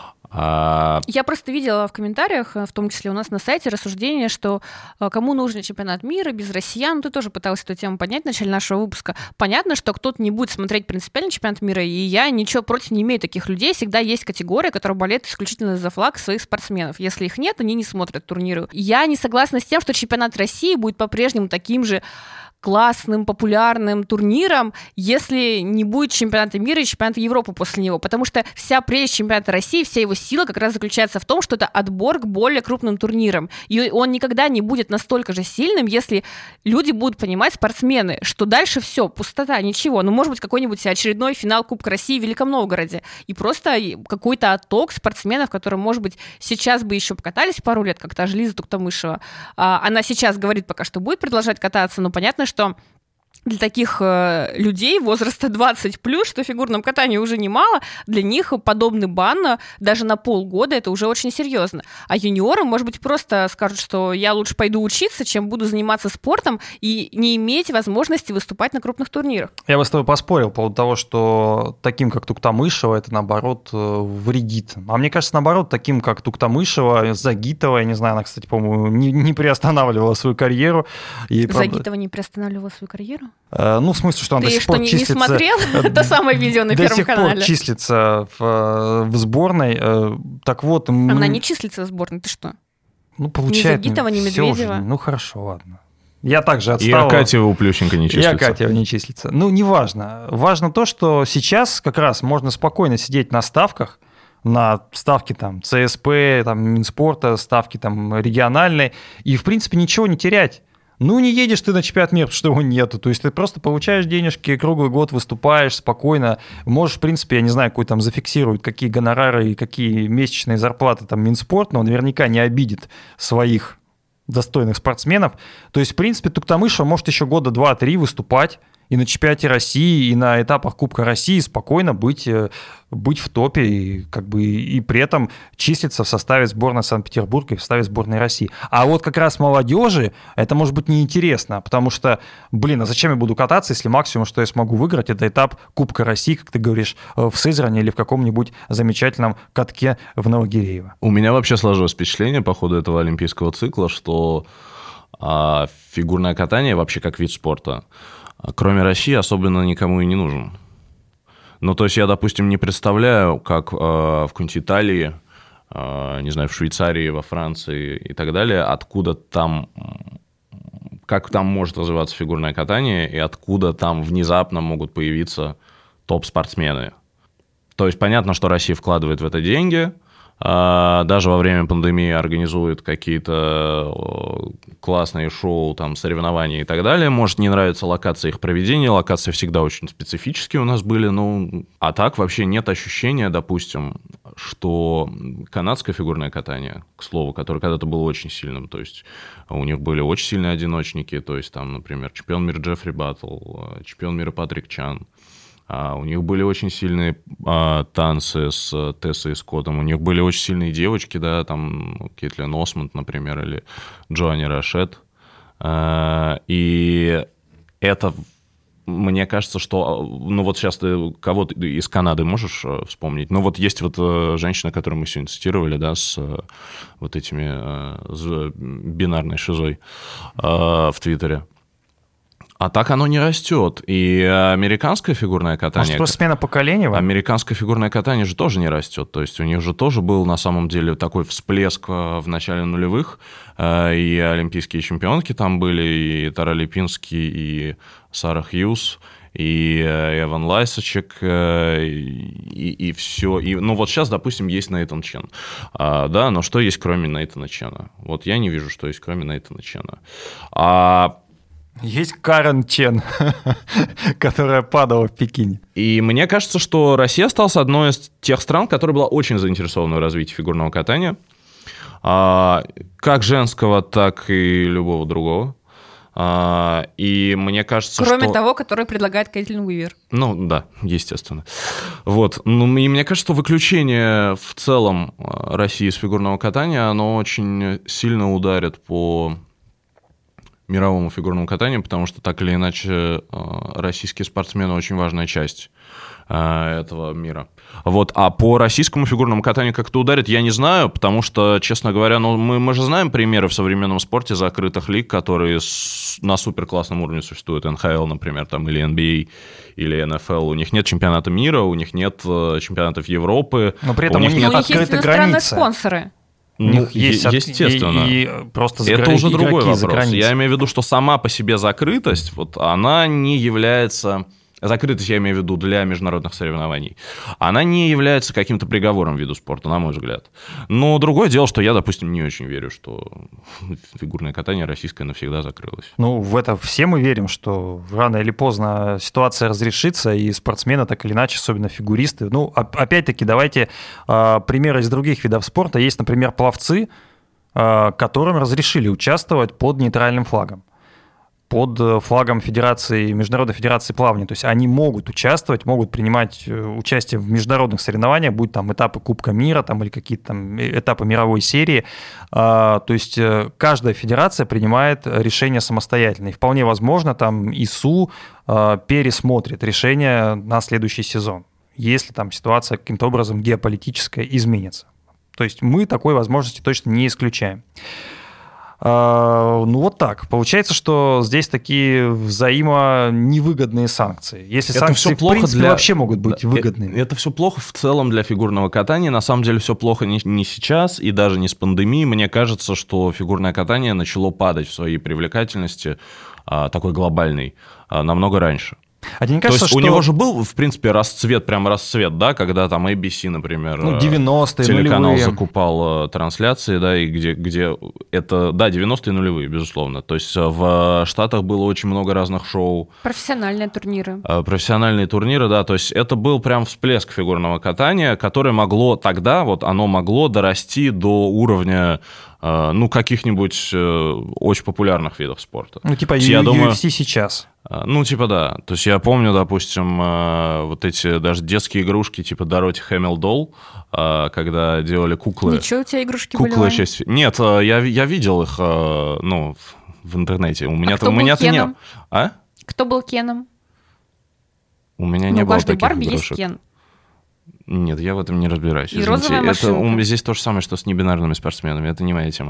Я просто видела в комментариях, в том числе у нас на сайте, рассуждение, что кому нужен чемпионат мира без россиян. Ты тоже пыталась эту тему поднять в начале нашего выпуска. Понятно, что кто-то не будет смотреть принципиально чемпионат мира, и я ничего против не имею таких людей. Всегда есть категория, которая болеет исключительно за флаг своих спортсменов. Если их нет, они не смотрят турниры. Я не согласна с тем, что чемпионат России будет по-прежнему таким же классным, популярным турниром, если не будет чемпионата мира и чемпионата Европы после него. Потому что вся прелесть чемпионата России, вся его сила как раз заключается в том, что это отбор к более крупным турнирам. И он никогда не будет настолько же сильным, если люди будут понимать, спортсмены, что дальше все, пустота, ничего. Ну, может быть, какой-нибудь очередной финал Кубка России в Великом Новгороде. И просто какой-то отток спортсменов, которые, может быть, сейчас бы еще покатались пару лет, как та же Лиза Туктамышева. Она сейчас говорит пока, что будет продолжать кататься, но понятно, что для таких людей возраста 20+, что в фигурном катании уже немало, для них подобный бан даже на полгода — это уже очень серьезно. А юниорам, может быть, просто скажут, что я лучше пойду учиться, чем буду заниматься спортом и не иметь возможности выступать на крупных турнирах. Я бы с тобой поспорил по поводу того, что таким, как Туктамышева, это, наоборот, вредит. А мне кажется, наоборот, таким, как Туктамышева, Загитова, я не знаю, она, кстати, по-моему, не приостанавливала свою карьеру. Загитова не приостанавливала свою карьеру? Ну, в смысле, что она до сих пор числится... Ты что, не смотрел то самое видео на Первом канале? До сих пор числится в сборной. Так вот... Она не числится в сборной, ты что? Ну, получается... Ни Загитова, ни Медведева. Ну, хорошо, ладно. Я также отстал. И Акатьева у Плющенко не числится. И Акатьева не числится. Ну, неважно. Важно то, что сейчас как раз можно спокойно сидеть на ставках, на ставки там ЦСП, там, Минспорта, ставки там региональные, и, в принципе, ничего не терять. Ну, не едешь ты на чемпионат мира, потому что его нету. То есть ты просто получаешь денежки, круглый год выступаешь спокойно. Можешь, в принципе, я не знаю, какой там зафиксирует, какие гонорары и какие месячные зарплаты там Минспорт, но наверняка не обидит своих достойных спортсменов. То есть, в принципе, Туктамышева может еще года 2-3 выступать и на чемпионате России, и на этапах Кубка России спокойно быть в топе и, как бы, и при этом числиться в составе сборной Санкт-Петербурга и в составе сборной России. А вот как раз молодежи это может быть неинтересно, потому что, а зачем я буду кататься, если максимум, что я смогу выиграть, это этап Кубка России, как ты говоришь, в Сызрани или в каком-нибудь замечательном катке в Новогиреево. У меня вообще сложилось впечатление по ходу этого олимпийского цикла, что фигурное катание вообще как вид спорта, кроме России, особенно никому и не нужен. Ну, то есть я, допустим, не представляю, как в какой-нибудь Италии, не знаю, в Швейцарии, во Франции и так далее, откуда там как там может развиваться фигурное катание и откуда там внезапно могут появиться топ-спортсмены. То есть понятно, что Россия вкладывает в это деньги, даже во время пандемии организует какие-то классные шоу, там, соревнования и так далее. Может, не нравится локация их проведения, локации всегда очень специфические у нас были, а так вообще нет ощущения, допустим, что канадское фигурное катание, к слову, которое когда-то было очень сильным, то есть у них были очень сильные одиночники, то есть там, например, чемпион мира Джеффри Баттл, чемпион мира Патрик Чан. У них были очень сильные танцы с Тессой и Скоттом. У них были очень сильные девочки, да, там Кейтлин Осмонд, например, или Джоанни Рашет. И это, мне кажется, что... вот сейчас ты кого-то из Канады можешь вспомнить? Вот есть женщина, которую мы сегодня цитировали, да, с вот этими... с бинарной шизой в Твиттере. А так оно не растет. И американское фигурное катание... Может, просто смена поколений? Американское фигурное катание же тоже не растет. То есть у них же тоже был на самом деле такой всплеск в начале нулевых. И олимпийские чемпионки там были, и Тара Липинский, и Сара Хьюз, и Эван Лайсачек, и все. И, вот сейчас, допустим, есть Нейтан Чен. Да, но что есть кроме Нейтана Чена? Вот я не вижу, что есть кроме Нейтана Чена. Есть Карен Чен, которая падала в Пекине. И мне кажется, что Россия осталась одной из тех стран, которая была очень заинтересована в развитии фигурного катания. Как женского, так и любого другого. И мне кажется, Кроме того, который предлагает Кейтлин Уивер. Да, естественно. И мне кажется, что выключение в целом России из фигурного катания, оно очень сильно ударит по мировому фигурному катанию, потому что так или иначе российские спортсмены очень важная часть этого мира. А по российскому фигурному катанию как-то ударит, я не знаю, потому что, честно говоря, мы же знаем примеры в современном спорте закрытых лиг, которые на суперклассном уровне существуют. НХЛ, например, там, или NBA, или НФЛ. У них нет чемпионата мира, у них нет чемпионатов Европы. Но при этом у них нет открытой границы. Спонсоры. Естественно. И просто это уже другой вопрос. Я имею в виду, что сама по себе закрытость, она не является... Закрытость, я имею в виду, для международных соревнований. Она не является каким-то приговором виду спорта, на мой взгляд. Но другое дело, что я, допустим, не очень верю, что фигурное катание российское навсегда закрылось. В это все мы верим, что рано или поздно ситуация разрешится, и спортсмены так или иначе, особенно фигуристы. Опять-таки, давайте примеры из других видов спорта. Есть, например, пловцы, которым разрешили участвовать под нейтральным флагом. Под флагом Международной Федерации Плавания. То есть они могут участвовать, могут принимать участие в международных соревнованиях, будь там этапы Кубка мира там, или какие-то там этапы мировой серии. То есть каждая федерация принимает решение самостоятельно. И вполне возможно, там ИСУ пересмотрит решение на следующий сезон, если там ситуация каким-то образом геополитическая изменится. То есть мы такой возможности точно не исключаем. Так. Получается, что здесь такие взаимоневыгодные санкции. Если это санкции, в принципе, вообще могут быть выгодными. Это все плохо в целом для фигурного катания. На самом деле все плохо не сейчас и даже не с пандемией. Мне кажется, что фигурное катание начало падать в своей привлекательности, такой глобальной, намного раньше. А тебе не кажется, то есть у него же был, в принципе, расцвет, да, когда там ABC, например, 90-е, телеканал нулевые. Закупал трансляции, да, и где это, 90-е нулевые, безусловно. То есть в Штатах было очень много разных шоу. Профессиональные турниры. Профессиональные турниры, да, то есть это был прям всплеск фигурного катания, которое могло тогда, оно могло дорасти до уровня каких-нибудь очень популярных видов спорта. UFC сейчас. Да. То есть я помню, допустим, вот эти даже детские игрушки, типа Дороти Хэмилл Долл, когда делали куклы. Ничего, у тебя игрушки были? Нет, я видел их, в интернете. У меня-то не... А? Кто был Кеном? У меня не было таких Барби игрушек. Есть Кен. Нет, я в этом не разбираюсь. И розовая машинка. Здесь то же самое, что с небинарными спортсменами. Это не моя тема.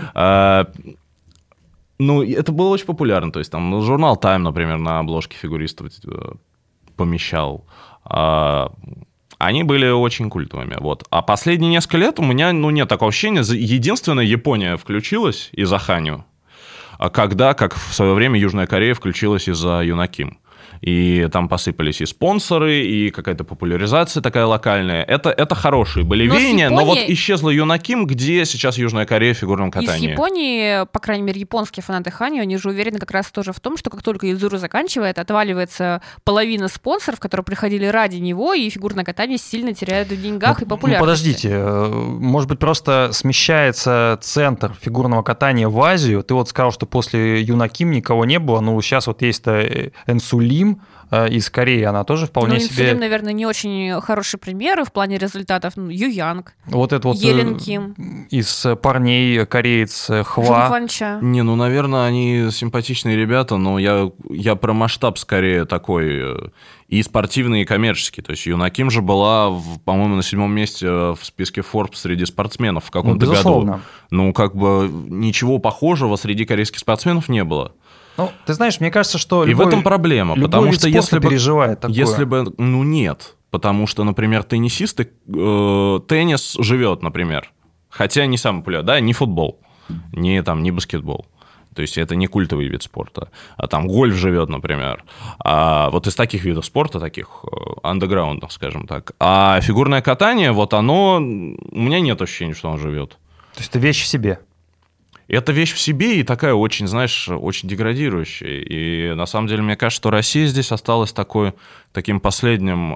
Это было очень популярно. То есть там журнал Time, например, на обложке фигуристов помещал. Они были очень культовыми. А последние несколько лет у меня нет такого ощущения. Единственное, Япония включилась из Аханью. когда, как в свое время Южная Корея включилась из-за Юнаким. И там посыпались и спонсоры, и какая-то популяризация такая локальная. Это хорошие были веяния, но вот исчезла Юнаким, где сейчас Южная Корея в фигурном катании. Из Японии, по крайней мере, японские фанаты Ханью, они же уверены как раз тоже в том, что как только Юзуру заканчивает, отваливается половина спонсоров, которые приходили ради него, и фигурное катание сильно теряет в деньгах и популярности. Подождите, может быть, просто смещается центр фигурного катания в Азию? Ты вот сказал, что после Юнаким никого не было, но сейчас вот есть-то Энсулим из Кореи, она тоже вполне себе... Инсулим, наверное, не очень хороший пример в плане результатов. Юянг, вот это вот Елен Ким. Из парней кореец Хва. Не, наверное, они симпатичные ребята, но я про масштаб скорее такой и спортивный, и коммерческий. То есть Юнаким же была, по-моему, на 7-м месте в списке Forbes среди спортсменов в каком-то году. Ничего похожего среди корейских спортсменов не было. Ты знаешь, мне кажется, что и в этом проблема, потому что если бы, нет, потому что, например, теннисисты, теннис живет, например, хотя не самый популярный, да, не футбол, не баскетбол, то есть это не культовый вид спорта, а там гольф живет, например, а вот из таких видов спорта, таких андеграундных, скажем так, а фигурное катание, у меня нет ощущения, что оно живет. То есть это вещь в себе. Это вещь в себе и такая очень, очень деградирующая. И на самом деле, мне кажется, что Россия здесь осталась таким последней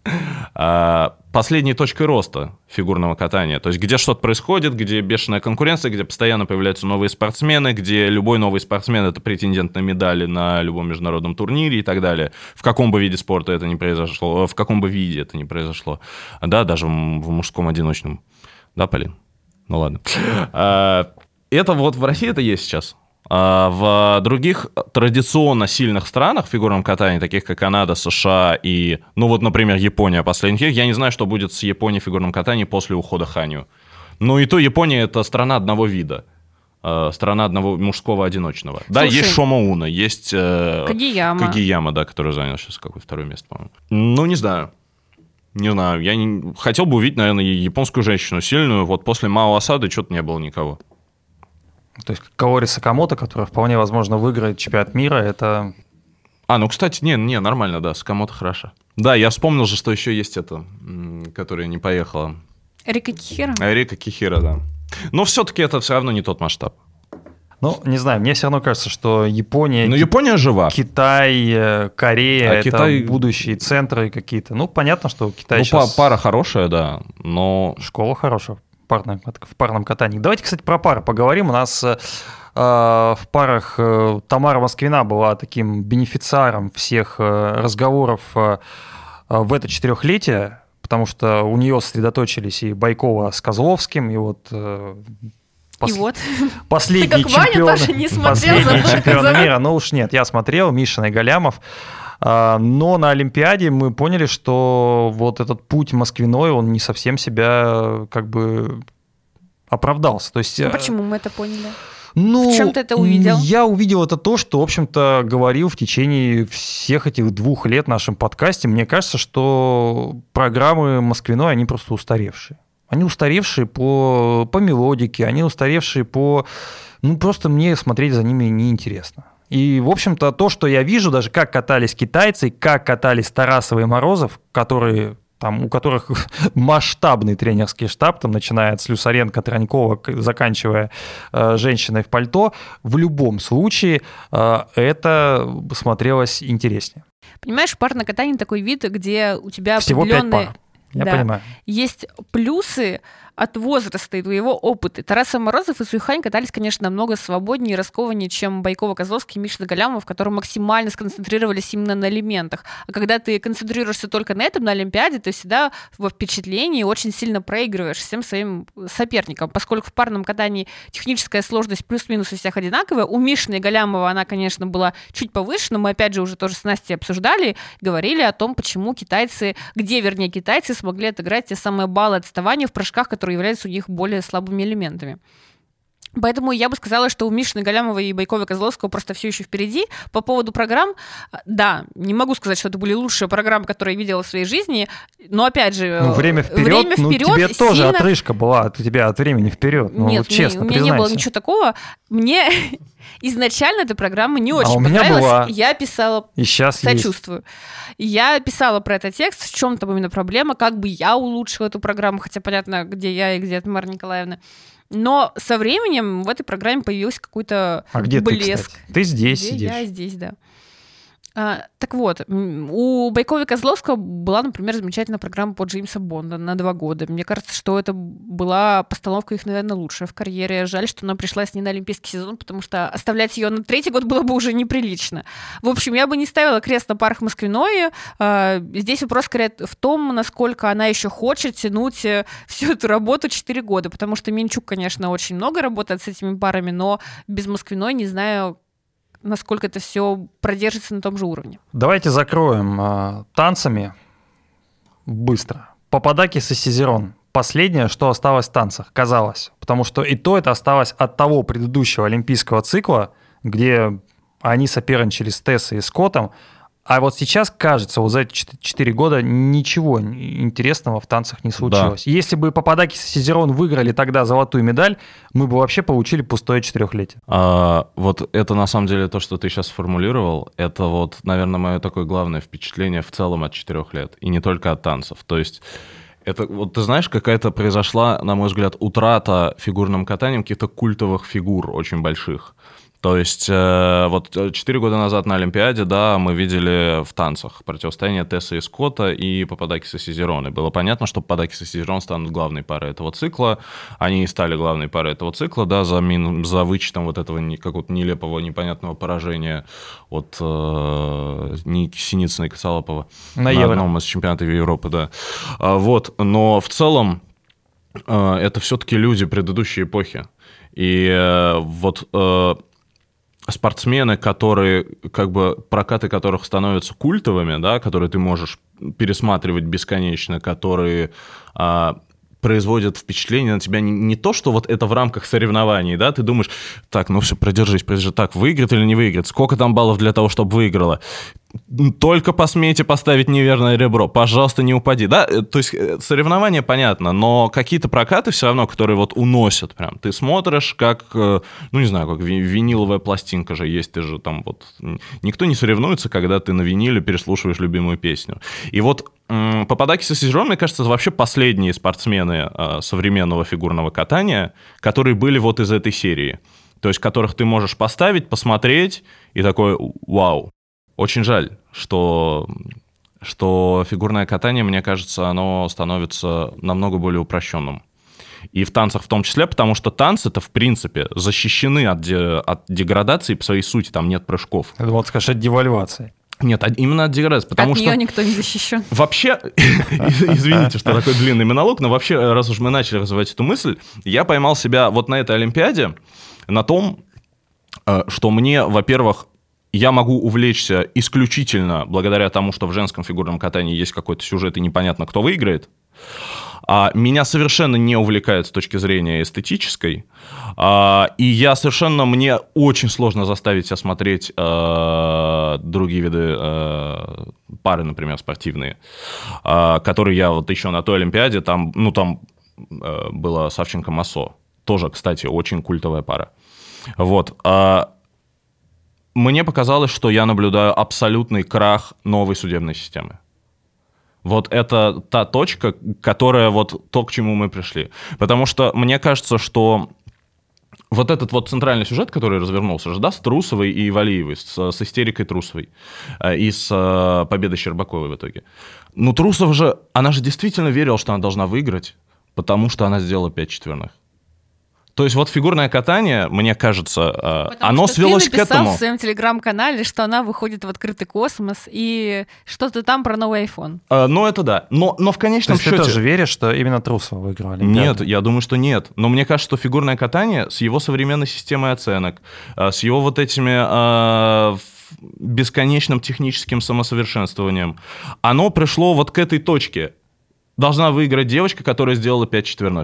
точкой роста фигурного катания. То есть где что-то происходит, где бешеная конкуренция, где постоянно появляются новые спортсмены, где любой новый спортсмен — это претендент на медали на любом международном турнире и так далее. В каком бы виде спорта это ни произошло, в каком бы виде это ни произошло. Да, даже в мужском одиночном. Да, Полин? Ну ладно. Это вот в России это есть сейчас. А в других традиционно сильных странах в фигурном катании, таких как Канада, США и, например, Япония последних лет, я не знаю, что будет с Японией в фигурном катании после ухода Ханью. И то Япония — это страна одного вида. Страна одного мужского одиночного. Слушай, да, есть Шома Уна, есть Кагияма, да, который занял сейчас второе место, по-моему. Не знаю. Не знаю. Я хотел бы увидеть, наверное, японскую женщину сильную. Вот после Мао Осады что-то не было никого. То есть Каори Сакамото, которая вполне возможно выиграет чемпионат мира, это... Кстати, не, нормально, да, Сакамото хороша. Да, я вспомнил же, что еще есть которая не поехала. Рика Кихира? Рика Кихира, да. Но все-таки это все равно не тот масштаб. Не знаю, мне все равно кажется, что Япония... Япония жива. Китай, Корея, это будущие центры какие-то. Понятно, что Китай сейчас... пара хорошая, да, но... Школа хорошая. В парном катании. Давайте, кстати, про пары поговорим. У нас в парах Тамара Москвина была таким бенефициаром всех разговоров в это 4-летие, потому что у нее сосредоточились и Байкова с Козловским, и последний чемпион мира. Уж нет, я смотрел, Мишин и Галямов. Но на Олимпиаде мы поняли, что вот этот путь Москвиной, он не совсем себя оправдался. То есть, почему мы это поняли? В чем ты это увидел? Я увидел это то, что, в общем-то, говорил в течение всех этих 2 лет в нашем подкасте. Мне кажется, что программы Москвиной, они просто устаревшие. Они устаревшие по мелодике, они устаревшие просто мне смотреть за ними неинтересно. И, в общем-то, то, что я вижу, даже как катались китайцы, как катались Тарасов и Морозов, у которых масштабный тренерский штаб, начиная от Слюсаренко, Тронькова, заканчивая женщиной в пальто, в любом случае это смотрелось интереснее. Понимаешь, парное катание такой вид, где у тебя всего 5 пар. Я понимаю. Есть плюсы от возраста и твоего опыта. Тарасов Морозов и Суйхань катались, конечно, намного свободнее и раскованнее, чем Байкова, Козловский и Мишин Галямов, которые максимально сконцентрировались именно на элементах. А когда ты концентрируешься только на этом, на Олимпиаде, ты всегда во впечатлении очень сильно проигрываешь всем своим соперникам. Поскольку в парном катании техническая сложность плюс-минус у всех одинаковая, у Мишина и Галямова она, конечно, была чуть повыше, но мы, опять же, уже тоже с Настей обсуждали, говорили о том, почему китайцы смогли отыграть те самые баллы отставания в прыжках, которые являются у них более слабыми элементами. Поэтому я бы сказала, что у Мишины Галямовой и Байкова Козловского просто все еще впереди. По поводу программ, да, не могу сказать, что это были лучшие программы, которые я видела в своей жизни, но опять же... Время вперед, тебе тоже отрыжка была от тебя от времени вперед. Нет, честно, у меня не было ничего такого. Мне изначально эта программа не очень понравилась. Была. Я писала... И сейчас сочувствую. Я писала про этот текст, в чем там именно проблема, как бы я улучшила эту программу, хотя понятно, где я и где Тамара Николаевна. Но со временем в этой программе появился какой-то блеск. Ты здесь сидишь. Я здесь, да. Так вот, у Байкова и Козловского была, например, замечательная программа по Джеймса Бонда на 2 года. Мне кажется, что это была постановка их, наверное, лучшая в карьере. Жаль, что она пришлась не на олимпийский сезон, потому что оставлять ее на 3-й год было бы уже неприлично. В общем, я бы не ставила крест на парах Москвиной. Здесь вопрос скорее в том, насколько она еще хочет тянуть всю эту работу 4 года, потому что Минчук, конечно, очень много работает с этими парами, но без Москвиной не знаю, насколько это все продержится на том же уровне. Давайте закроем танцами быстро. Пападакис и Сизерон. Последнее, что осталось в танцах, казалось. Потому что и то это осталось от того предыдущего олимпийского цикла, где они соперничали с Тессой и Скоттом. А вот сейчас, кажется, вот за эти 4 года ничего интересного в танцах не случилось. Да. Если бы Пападакис и Сизерон выиграли тогда золотую медаль, мы бы вообще получили пустое 4-летие. Вот это на самом деле то, что ты сейчас сформулировал, это вот, наверное, мое такое главное впечатление в целом от 4 лет. И не только от танцев. То есть это, вот ты знаешь, какая-то произошла, на мой взгляд, утрата фигурным катанием каких-то культовых фигур очень больших. То есть вот 4 года назад на Олимпиаде, да, мы видели в танцах противостояние Тессы и Скотта и Пападакиса и Сизерона. Было понятно, что Пападакис и Сизерон станут главной парой этого цикла. Они и стали главной парой этого цикла, да, за вычетом вот этого какого-то нелепого, непонятного поражения от Синицына и Косолапова на одном из чемпионатов Европы, да. Вот, но в целом это все-таки люди предыдущей эпохи. И вот... спортсмены, которые, как бы, прокаты которых становятся культовыми, да, которые ты можешь пересматривать бесконечно, которые производят впечатление на тебя не то, что вот это в рамках соревнований, да, ты думаешь, так, ну все, продержись, так, выиграет или не выиграет, сколько там баллов для того, чтобы выиграла, только посмейте поставить неверное ребро, пожалуйста, не упади, да, то есть соревнования, понятно, но какие-то прокаты все равно, которые вот уносят прям, ты смотришь, как, ну не знаю, как виниловая пластинка же есть, ты же там вот, никто не соревнуется, когда ты на виниле переслушиваешь любимую песню, и вот Пападакис и Сизерон, мне кажется, это вообще последние спортсмены современного фигурного катания, которые были вот из этой серии, то есть которых ты можешь поставить, посмотреть и такой, вау. Очень жаль, что фигурное катание, мне кажется, оно становится намного более упрощенным. И в танцах в том числе, потому что танцы-то, в принципе, защищены от деградации по своей сути, там нет прыжков. Это вот, скажешь, от девальвации. Нет, именно от деградации, потому что... От нее никто не защищен. Вообще, извините, что такой длинный монолог, но вообще, раз уж мы начали развивать эту мысль, я поймал себя вот на этой Олимпиаде на том, что мне, во-первых, я могу увлечься исключительно благодаря тому, что в женском фигурном катании есть какой-то сюжет и непонятно, кто выиграет. Меня совершенно не увлекает с точки зрения эстетической. И мне очень сложно заставить себя смотреть другие виды пары, например, спортивные, которые я вот еще на той Олимпиаде, там была Савченко-Массо. Тоже, кстати, очень культовая пара. Вот. Мне показалось, что я наблюдаю абсолютный крах новой судебной системы. Вот это та точка, которая вот то, к чему мы пришли. Потому что мне кажется, что вот этот вот центральный сюжет, который развернулся же, да, с Трусовой и Валиевой, с истерикой Трусовой и с победой Щербаковой в итоге. Ну, Трусова же, она же действительно верила, что она должна выиграть, потому что она сделала 5 четверных. То есть вот фигурное катание, мне кажется, оно свелось к этому. Ты написал в своем телеграм-канале, что она выходит в открытый космос и что-то там про новый iPhone. Ну, это да. Но в конечном счете... Ты тоже веришь, что именно Трусова выиграла Олимпиаду? Нет, я думаю, что нет. Но мне кажется, что фигурное катание с его современной системой оценок, с его вот этими бесконечным техническим самосовершенствованием, оно пришло вот к этой точке. Должна выиграть девочка, которая сделала 5 четверных.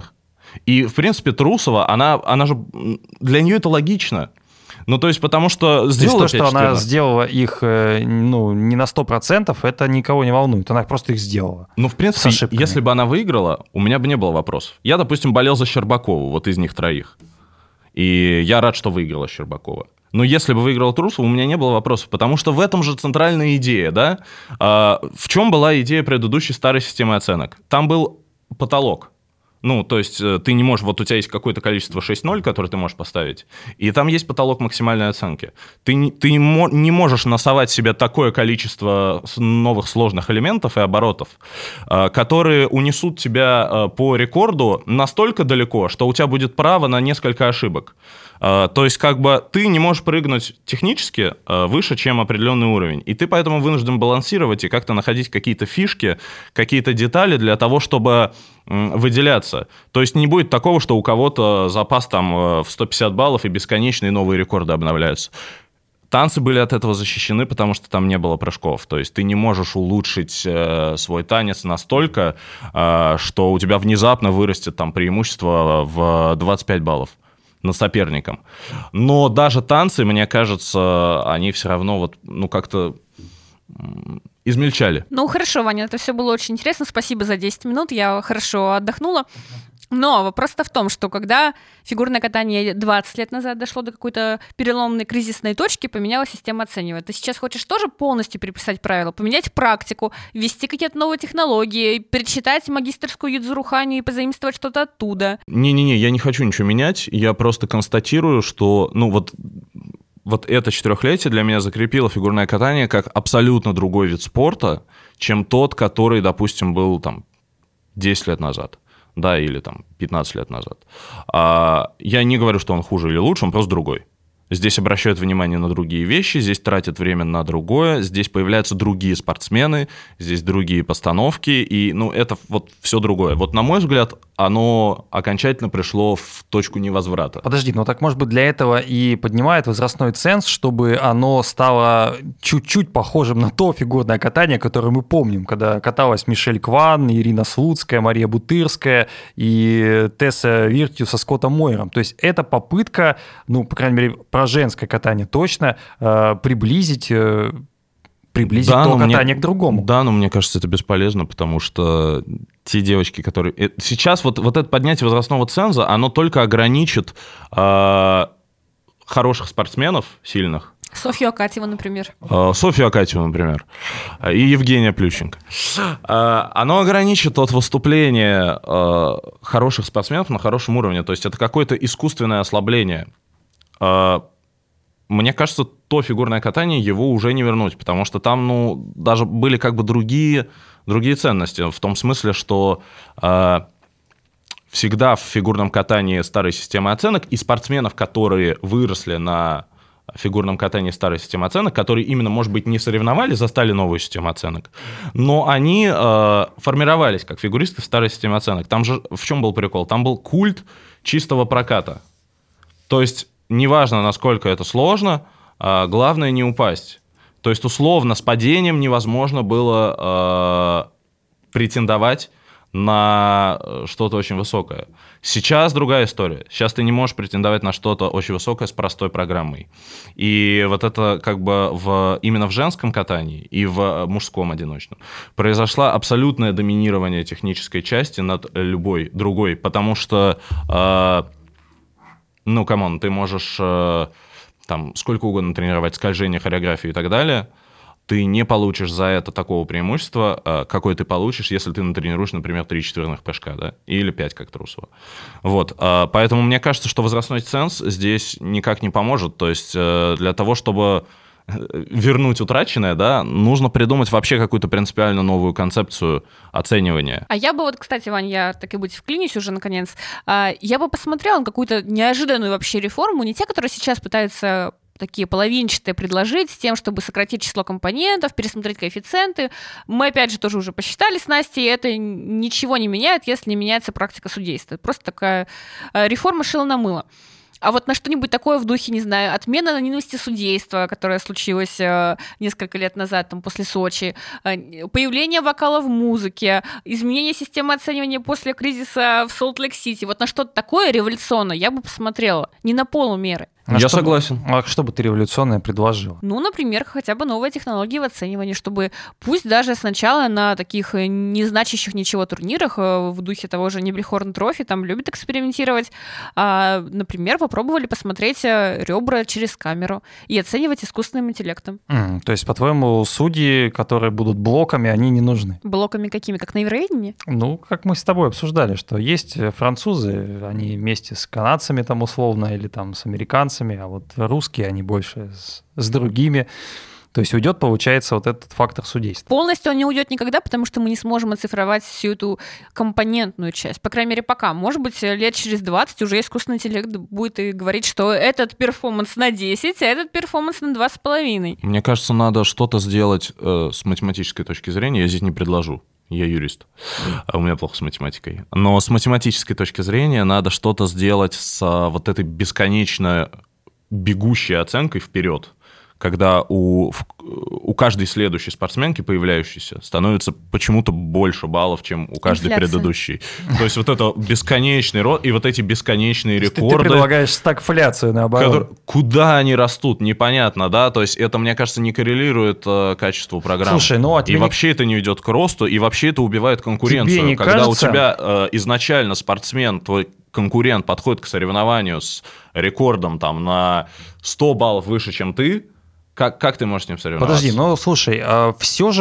И, в принципе, Трусова, она же... Для нее это логично. Ну, то есть, потому что сделала 5-14. То, что она сделала их не на 100%, это никого не волнует. Она просто их сделала. Ну, в принципе, если бы она выиграла, у меня бы не было вопросов. Я, допустим, болел за Щербакову, вот из них троих. И я рад, что выиграла Щербакова. Но если бы выиграла Трусова, у меня не было вопросов, потому что в этом же центральная идея, да? В чем была идея предыдущей старой системы оценок? Там был потолок. Ну, то есть ты не можешь, вот у тебя есть какое-то количество 6.0, которое ты можешь поставить, и там есть потолок максимальной оценки. Ты не можешь насовать себе такое количество новых сложных элементов и оборотов, которые унесут тебя по рекорду настолько далеко, что у тебя будет право на несколько ошибок. То есть как бы ты не можешь прыгнуть технически выше, чем определенный уровень, и ты поэтому вынужден балансировать и как-то находить какие-то фишки, какие-то детали для того, чтобы выделяться. То есть не будет такого, что у кого-то запас там в 150 баллов и бесконечные новые рекорды обновляются. Танцы были от этого защищены, потому что там не было прыжков. То есть ты не можешь улучшить свой танец настолько, что у тебя внезапно вырастет там преимущество в 25 баллов над соперником. Но даже танцы, мне кажется, они все равно вот, как-то измельчали. Ну, хорошо, Ваня, это все было очень интересно. Спасибо за 10 минут, я хорошо отдохнула. Но вопрос-то в том, что когда фигурное катание 20 лет назад дошло до какой-то переломной кризисной точки, поменялась система оценивания. Ты сейчас хочешь тоже полностью переписать правила, поменять практику, ввести какие-то новые технологии, перечитать магистерскую юдзуруханию и позаимствовать что-то оттуда? Не-не-не, я не хочу ничего менять, я просто констатирую, что, вот это 4-летие для меня закрепило фигурное катание как абсолютно другой вид спорта, чем тот, который, допустим, был там 10 лет назад. Да, или там 15 лет назад. Я не говорю, что он хуже или лучше, он просто другой. Здесь обращают внимание на другие вещи, здесь тратят время на другое, здесь появляются другие спортсмены, здесь другие постановки, и, это вот все другое. Вот, на мой взгляд, оно окончательно пришло в точку невозврата. Подожди, так, может быть, для этого и поднимает возрастной ценз, чтобы оно стало чуть-чуть похожим на то фигурное катание, которое мы помним, когда каталась Мишель Кван, Ирина Слуцкая, Мария Бутырская и Тесса Виртью со Скоттом Мойером. То есть это попытка, по крайней мере, про женское катание точно, приблизить то катание к другому. Да, но мне кажется, это бесполезно, потому что те девочки, которые... Сейчас вот это поднятие возрастного ценза, оно только ограничит хороших спортсменов, сильных. Софью Акатьеву, например. И Евгения Плющенко. Оно ограничит от выступления хороших спортсменов на хорошем уровне. То есть это какое-то искусственное ослабление. Мне кажется, то фигурное катание его уже не вернуть, потому что там, даже были как бы другие ценности, в том смысле, что всегда в фигурном катании старой системы оценок и спортсменов, которые выросли на фигурном катании старой системы оценок, которые именно, может быть, не соревновались, застали новую систему оценок, но они формировались как фигуристы в старой системе оценок. Там же в чем был прикол? Там был культ чистого проката. То есть неважно, насколько это сложно, главное не упасть. То есть, условно, с падением невозможно было претендовать на что-то очень высокое. Сейчас другая история. Сейчас ты не можешь претендовать на что-то очень высокое с простой программой. И вот это как бы именно в женском катании и в мужском одиночном произошло абсолютное доминирование технической части над любой другой, потому что... ты можешь там сколько угодно тренировать скольжение, хореографию и так далее, ты не получишь за это такого преимущества, какое ты получишь, если ты натренируешь, например, 3 четверных прыжка, да, или 5, как Трусова. Вот, поэтому мне кажется, что возрастной ценз здесь никак не поможет, то есть для того, чтобы вернуть утраченное, да, нужно придумать вообще какую-то принципиально новую концепцию оценивания. А я бы кстати, Вань, я так и быть вклинюсь уже наконец, я бы посмотрела на какую-то неожиданную вообще реформу, не те, которые сейчас пытаются такие половинчатые предложить с тем, чтобы сократить число компонентов, пересмотреть коэффициенты. Мы, опять же, тоже уже посчитали с Настей, это ничего не меняет, если не меняется практика судейства. Просто такая реформа шила на мыло. А вот на что-нибудь такое в духе, не знаю, отмена анонимности судейства, которое случилось несколько лет назад, там, после Сочи, появление вокала в музыке, изменение системы оценивания после кризиса в Солт-Лейк-Сити. Вот на что-то такое революционное я бы посмотрела, не на полумеры. Я согласен. А что бы ты революционное предложила? Ну, например, хотя бы новые технологии в оценивании, чтобы пусть даже сначала на таких не значащих ничего турнирах в духе того же Нибельхорн Трофи, там любят экспериментировать, например, попробовали посмотреть ребра через камеру и оценивать искусственным интеллектом. То есть, по-твоему, судьи, которые будут блоками, они не нужны? Блоками какими? Как на Евровидении? Ну, как мы с тобой обсуждали, что есть французы, они вместе с канадцами там условно или там с американцами, а вот русские, они больше с другими. То есть уйдет, получается, вот этот фактор судейства. Полностью он не уйдет никогда, потому что мы не сможем оцифровать всю эту компонентную часть. По крайней мере, пока. Может быть, лет через 20 уже искусственный интеллект будет и говорить, что этот перформанс на 10, а этот перформанс на 2,5. Мне кажется, надо что-то сделать с математической точки зрения. Я здесь не предложу. Я юрист, а у меня плохо с математикой. Но с математической точки зрения надо что-то сделать с вот этой бесконечно бегущей оценкой вперед, когда у каждой следующей спортсменки, появляющейся, становится почему-то больше баллов, чем у каждой предыдущей. То есть вот это бесконечный рост и вот эти бесконечные рекорды. Ты предлагаешь стагфляцию, наоборот. Куда они растут, непонятно, да? То есть это, мне кажется, не коррелирует качеству программы. Слушай, и вообще это не идет к росту, и вообще это убивает конкуренцию. Тебе не когда кажется... у тебя изначально спортсмен, твой конкурент подходит к соревнованию с рекордом там, на 100 баллов выше, чем ты, как ты можешь с ним соревноваться? Подожди, ну слушай, все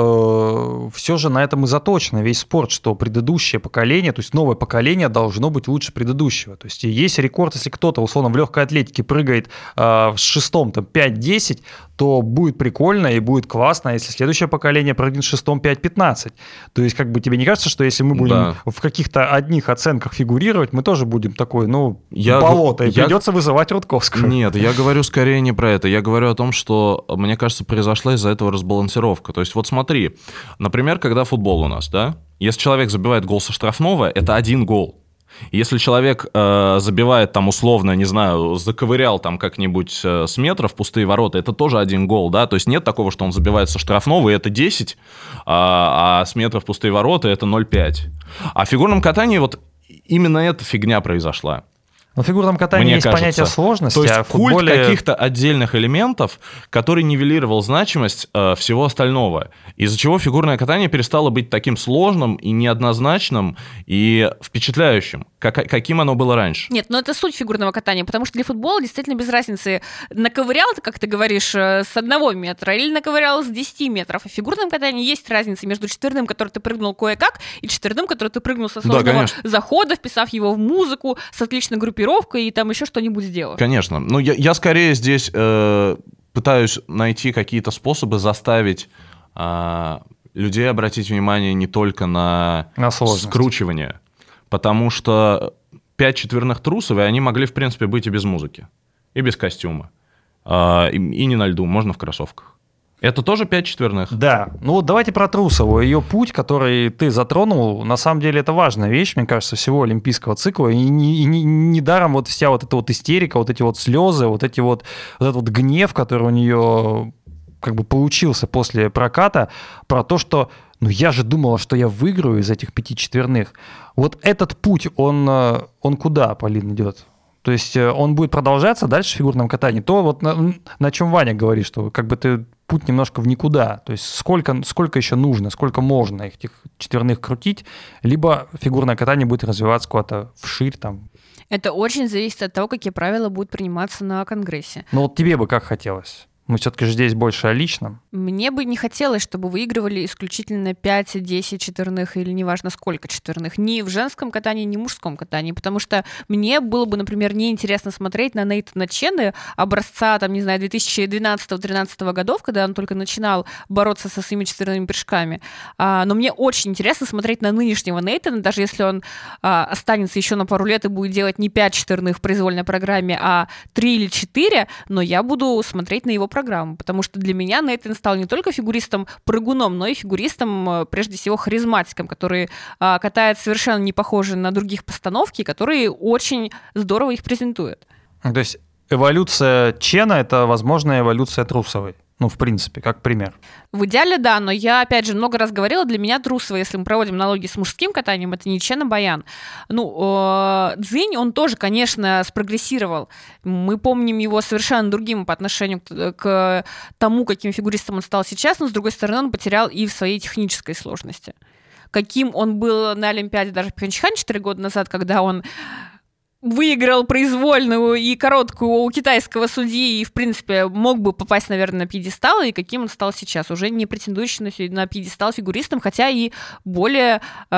же на этом и заточено весь спорт, что предыдущее поколение, то есть новое поколение должно быть лучше предыдущего. То есть есть рекорд, если кто-то условно в легкой атлетике прыгает в шестом там 5-10, то будет прикольно и будет классно, если следующее поколение прыгнет в шестом 5-15. То есть как бы тебе не кажется, что если мы будем в каких-то одних оценках фигурировать, мы тоже будем такой, болото, и придется вызывать Рудковского? Нет, я говорю скорее не про это. Я говорю о том, что, мне кажется, произошла из-за этого разбалансировка. То есть вот смотри, например, когда футбол у нас, да, если человек забивает гол со штрафного, это один гол. Если человек забивает там условно, не знаю, заковырял там как-нибудь с метра в пустые ворота, это тоже один гол, да, то есть нет такого, что он забивает со штрафного, и это 10, а с метра в пустые ворота это 0,5. А в фигурном катании вот именно эта фигня произошла. Но в фигурном катании есть понятие сложности. То есть культ каких-то отдельных элементов, который нивелировал значимость всего остального. Из-за чего фигурное катание перестало быть таким сложным и неоднозначным и впечатляющим, каким оно было раньше. Нет, но это суть фигурного катания, потому что для футбола действительно без разницы, наковырял ты, как ты говоришь, с 1 метра или наковырял с 10 метров. А в фигурном катании есть разница между четверным, который ты прыгнул кое-как, и четверным, который ты прыгнул со сложного захода, вписав его в музыку, с отличной группировкой, и там еще что-нибудь сделать. Конечно. Но я скорее здесь пытаюсь найти какие-то способы заставить людей обратить внимание не только на скручивание, потому что 5 четверных трусов, и они могли, в принципе, быть и без музыки, и без костюма, и не на льду, можно в кроссовках. Это тоже 5 четверных? Да. Ну вот давайте про Трусову. Ее путь, который ты затронул, на самом деле это важная вещь, мне кажется, всего олимпийского цикла. И недаром вот вся вот эта вот истерика, вот эти вот слезы, вот этот вот гнев, который у нее как бы получился после проката, про то, что я же думала, что я выиграю из этих 5 четверных. Вот этот путь, он куда, Полин, идет? То есть он будет продолжаться дальше в фигурном катании. То вот на чем Ваня говорит, что как бы ты путь немножко в никуда. То есть сколько еще нужно, сколько можно этих четверных крутить, либо фигурное катание будет развиваться куда-то вширь там. Это очень зависит от того, какие правила будут приниматься на Конгрессе. Ну вот тебе бы как хотелось? Мы все-таки же здесь больше о личном. Мне бы не хотелось, чтобы выигрывали исключительно 5, 10 четверных или неважно сколько четверных. Ни в женском катании, ни в мужском катании. Потому что мне было бы, например, неинтересно смотреть на Нейтана Чена, образца, там, не знаю, 2012-2013 годов, когда он только начинал бороться со своими четверными прыжками. Но мне очень интересно смотреть на нынешнего Нейтана, даже если он останется еще на пару лет и будет делать не 5 четверных в произвольной программе, а 3 или 4, но я буду смотреть на его программу, потому что для меня Нейтан стал не только фигуристом-прыгуном, но и фигуристом, прежде всего, харизматиком, который катает совершенно не похожие на других постановки, которые очень здорово их презентуют. То есть эволюция Чена – это возможная эволюция Трусовой. Ну, в принципе, как пример. В идеале, да, но я, опять же, много раз говорила, для меня Трусова, если мы проводим аналогии с мужским катанием, это не Чен, а Баян. Цзинь, он тоже, конечно, спрогрессировал. Мы помним его совершенно другим по отношению к тому, каким фигуристом он стал сейчас, но, с другой стороны, он потерял и в своей технической сложности. Каким он был на Олимпиаде даже в Пхенчхане 4 года назад, когда он выиграл произвольную и короткую у китайского судьи и, в принципе, мог бы попасть, наверное, на пьедестал, и каким он стал сейчас, уже не претендующий на пьедестал фигуристом, хотя и более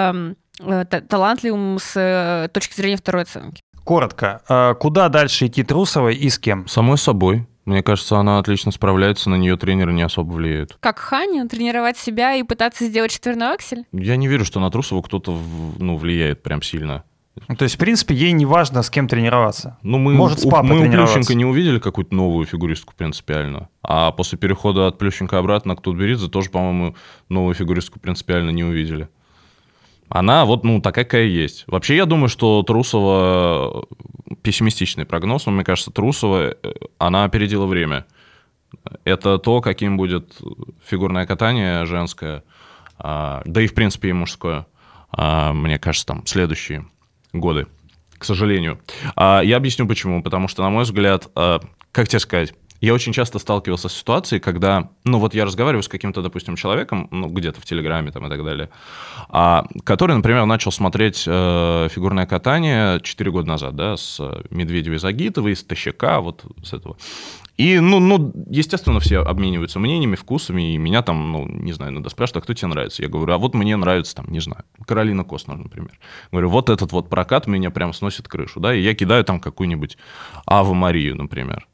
талантливым с точки зрения второй оценки. Коротко, куда дальше идти Трусовой и с кем? Самой собой. Мне кажется, она отлично справляется, на нее тренеры не особо влияют. Как Ханю, тренировать себя и пытаться сделать четверной аксель? Я не верю, что на Трусову кто-то влияет прям сильно. То есть, в принципе, ей не важно, с кем тренироваться. Может, с папой тренироваться. Мы у Плющенко не увидели какую-то новую фигуристку принципиально. А после перехода от Плющенко обратно к Тутберидзе тоже, по-моему, новую фигуристку принципиально не увидели. Она такая, какая есть. Вообще, я думаю, что Трусова... Пессимистичный прогноз, но мне кажется, Трусова, она опередила время. Это то, каким будет фигурное катание женское, да и, в принципе, и мужское. Мне кажется, там следующие годы, к сожалению. Я объясню почему. Потому что, на мой взгляд, как тебе сказать, я очень часто сталкивался с ситуацией, когда, я разговариваю с каким-то, допустим, человеком, где-то в Телеграме там, и так далее, который, например, начал смотреть фигурное катание 4 года назад, да, с Медведевой-Загитовой, с Тащака, вот с этого. И, естественно, все обмениваются мнениями, вкусами, и меня там, не знаю, иногда спрашивают, а кто тебе нравится? Я говорю, вот мне нравится, там, не знаю, Каролина Костнер, например. Говорю, вот этот вот прокат меня прям сносит крышу, да, и я кидаю там какую-нибудь Аву Марию, например.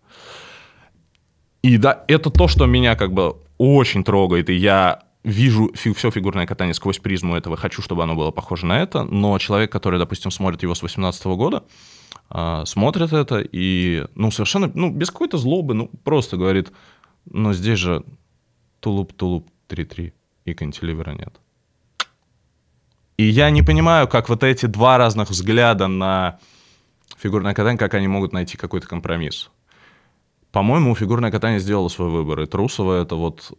И да, это то, что меня как бы очень трогает, и я вижу все фигурное катание сквозь призму этого, хочу, чтобы оно было похоже на это, но человек, который, допустим, смотрит его с 2018 года, смотрит это и, совершенно, без какой-то злобы, просто говорит, здесь же тулуп 3-3 и кантиливера нет. И я не понимаю, как вот эти два разных взгляда на фигурное катание, как они могут найти какой-то компромисс. По-моему, фигурное катание сделало свой выбор, и Трусова — это вот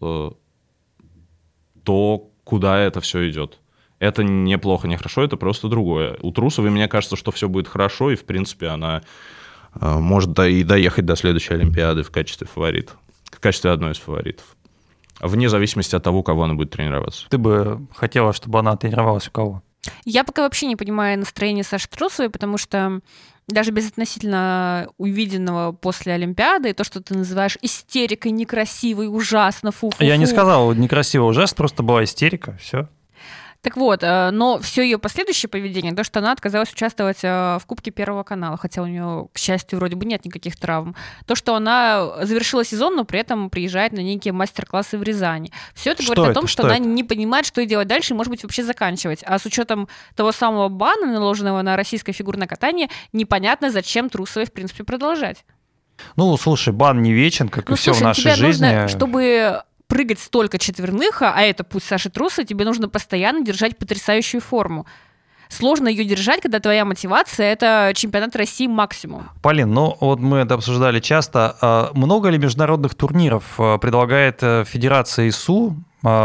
то, куда это все идет. Это не плохо, не хорошо, это просто другое. У Трусовой, мне кажется, что все будет хорошо, и, в принципе, она может и доехать до следующей Олимпиады в качестве фаворита, в качестве одной из фаворитов, вне зависимости от того, кого она будет тренироваться. Ты бы хотела, чтобы она тренировалась у кого? Я пока вообще не понимаю настроение Саши Трусовой, потому что даже безотносительно увиденного после Олимпиады, и то, что ты называешь истерикой, некрасивой, ужасно, фу-фу-фу. Я не сказал некрасиво, ужасно, просто была истерика, все. Так вот, но все ее последующее поведение, то, что она отказалась участвовать в Кубке Первого канала, хотя у нее, к счастью, вроде бы нет никаких травм. То, что она завершила сезон, но при этом приезжает на некие мастер-классы в Рязани. Все это говорит о том, что она не понимает, что делать дальше, и, может быть, вообще заканчивать. А с учетом того самого бана, наложенного на российское фигурное катание, непонятно, зачем Трусовой, в принципе, продолжать. Слушай, бан не вечен, как и все в нашей жизни. Нужно, чтобы прыгать столько четверных, а это путь Саши Трусовой, тебе нужно постоянно держать потрясающую форму. Сложно ее держать, когда твоя мотивация — это чемпионат России максимум. Полин, вот мы это обсуждали часто. Много ли международных турниров предлагает Федерация ИСУ?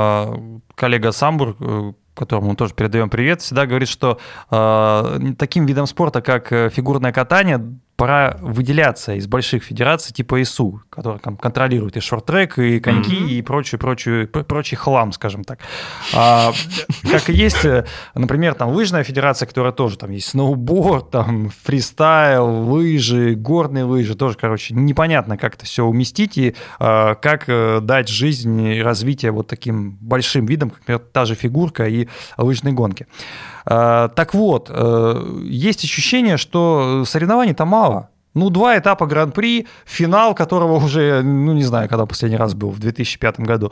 Коллега Самбур, которому мы тоже передаем привет, всегда говорит, что таким видом спорта, как фигурное катание, пора выделяться из больших федераций типа ИСУ, которые контролируют и шорт-трек, и коньки, и прочий хлам, скажем так. Как и есть, например, там лыжная федерация, которая тоже там есть сноуборд, там фристайл, лыжи, горные лыжи, тоже, непонятно, как это все уместить и как дать жизнь и развитие вот таким большим видам, как, например, та же фигурка и лыжные гонки. Так вот, есть ощущение, что соревнований-то мало. 2 этапа Гран-при, финал которого уже, не знаю, когда последний раз был, в 2005 году.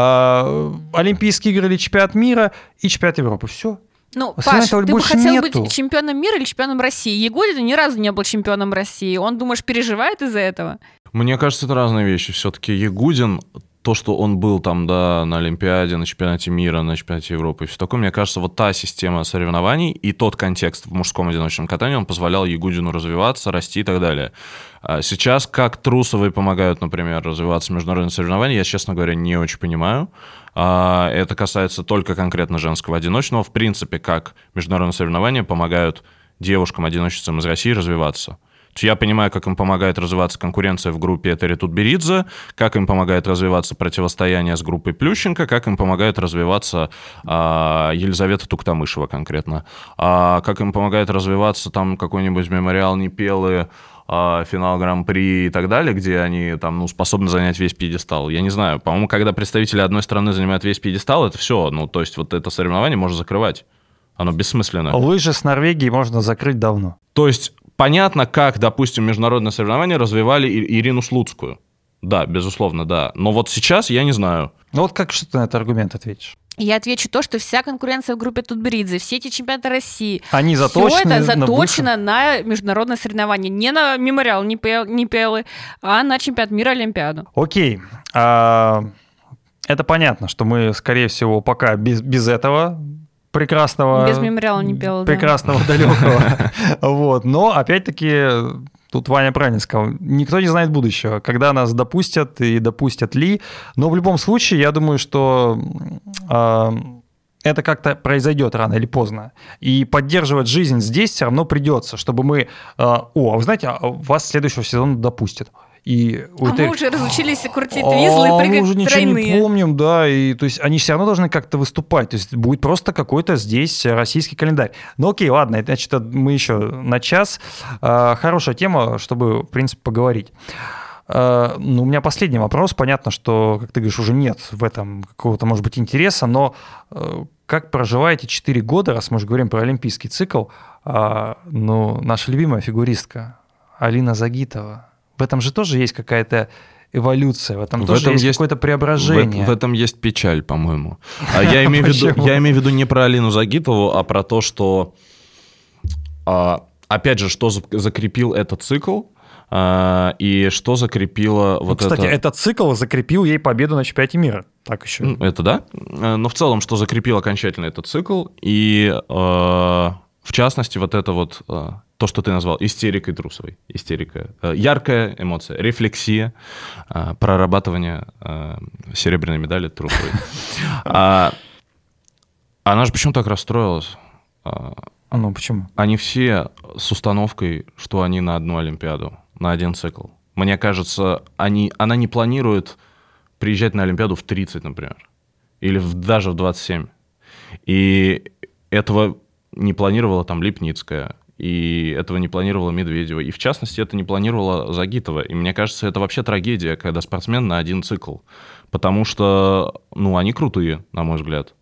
Олимпийские игры или чемпионат мира и чемпионат Европы. Все. Паш, ты бы хотел быть чемпионом мира или чемпионом России? Ягудин ни разу не был чемпионом России. Он, думаешь, переживает из-за этого? Мне кажется, это разные вещи. Все-таки Ягудин то, что он был там, да, на Олимпиаде, на чемпионате мира, на чемпионате Европы и все такое, мне кажется, вот та система соревнований и тот контекст в мужском одиночном катании, он позволял Ягудину развиваться, расти и так далее. Сейчас, как Трусовой помогают, например, развиваться в международных соревнованиях, я, честно говоря, не очень понимаю. Это касается только конкретно женского одиночного. В принципе, как международные соревнования помогают девушкам-одиночницам из России развиваться. Я понимаю, как им помогает развиваться конкуренция в группе Этери Тутберидзе, как им помогает развиваться противостояние с группой Плющенко, как им помогает развиваться Елизавета Туктамышева конкретно, как им помогает развиваться там какой-нибудь мемориал Непелы, финал Гран-при и так далее, где они там, способны занять весь пьедестал. Я не знаю, по-моему, когда представители одной страны занимают весь пьедестал, это все, то есть вот это соревнование можно закрывать. Оно бессмысленно. Лыжи с Норвегией можно закрыть давно. То есть понятно, как, допустим, международные соревнования развивали Ирину Слуцкую. Да, безусловно, да. Но вот сейчас я не знаю. Что ты на этот аргумент ответишь? Я отвечу то, что вся конкуренция в группе Тутберидзе, все эти чемпионаты России, они все это заточено на международное соревнование. Не на мемориал Непелы, а на чемпионат мира, Олимпиаду. Окей. Это понятно, что мы, скорее всего, пока без этого прекрасного... Без мемориала Непелы, прекрасного, далекого. Вот. Но, опять-таки, тут Ваня правильно сказал, никто не знает будущего, когда нас допустят и допустят ли. Но в любом случае, я думаю, что это как-то произойдет рано или поздно. И поддерживать жизнь здесь все равно придется, чтобы мы... вы знаете, вас следующего сезона допустят. Мы уже разучились крутить твизлы и прыгать мы уже ничего тройные. Не помним, да, и то есть они все равно должны как-то выступать, то есть будет просто какой-то здесь российский календарь. Ну окей, ладно, значит, мы еще на час. Хорошая тема, чтобы, в принципе, поговорить. У меня последний вопрос. Понятно, что, как ты говоришь, уже нет в этом какого-то, может быть, интереса, но как проживаете 4 года, раз мы уже говорим про олимпийский цикл, наша любимая фигуристка Алина Загитова, в этом же тоже есть какая-то эволюция, в этом тоже есть какое-то преображение. В этом есть печаль, по-моему. Я имею в виду не про Алину Загитову, а про то, что, опять же, что закрепил этот цикл, и что закрепило вот это... Кстати, этот цикл закрепил ей победу на чемпионате мира. Так еще. Это да. Но в целом, что закрепил окончательно этот цикл, и в частности, вот это вот... То, что ты назвал истерикой Трусовой. Истерика. Яркая эмоция, рефлексия, прорабатывание серебряной медали Трусовой. Она же почему так расстроилась? Почему? Они все с установкой, что они на одну Олимпиаду, на один цикл. Мне кажется, она не планирует приезжать на Олимпиаду в 30, например. Или даже в 27. И этого не планировала там Липницкая. И этого не планировала Медведева. И, в частности, это не планировала Загитова. И мне кажется, это вообще трагедия, когда спортсмен на один цикл. Потому что, они крутые, на мой взгляд.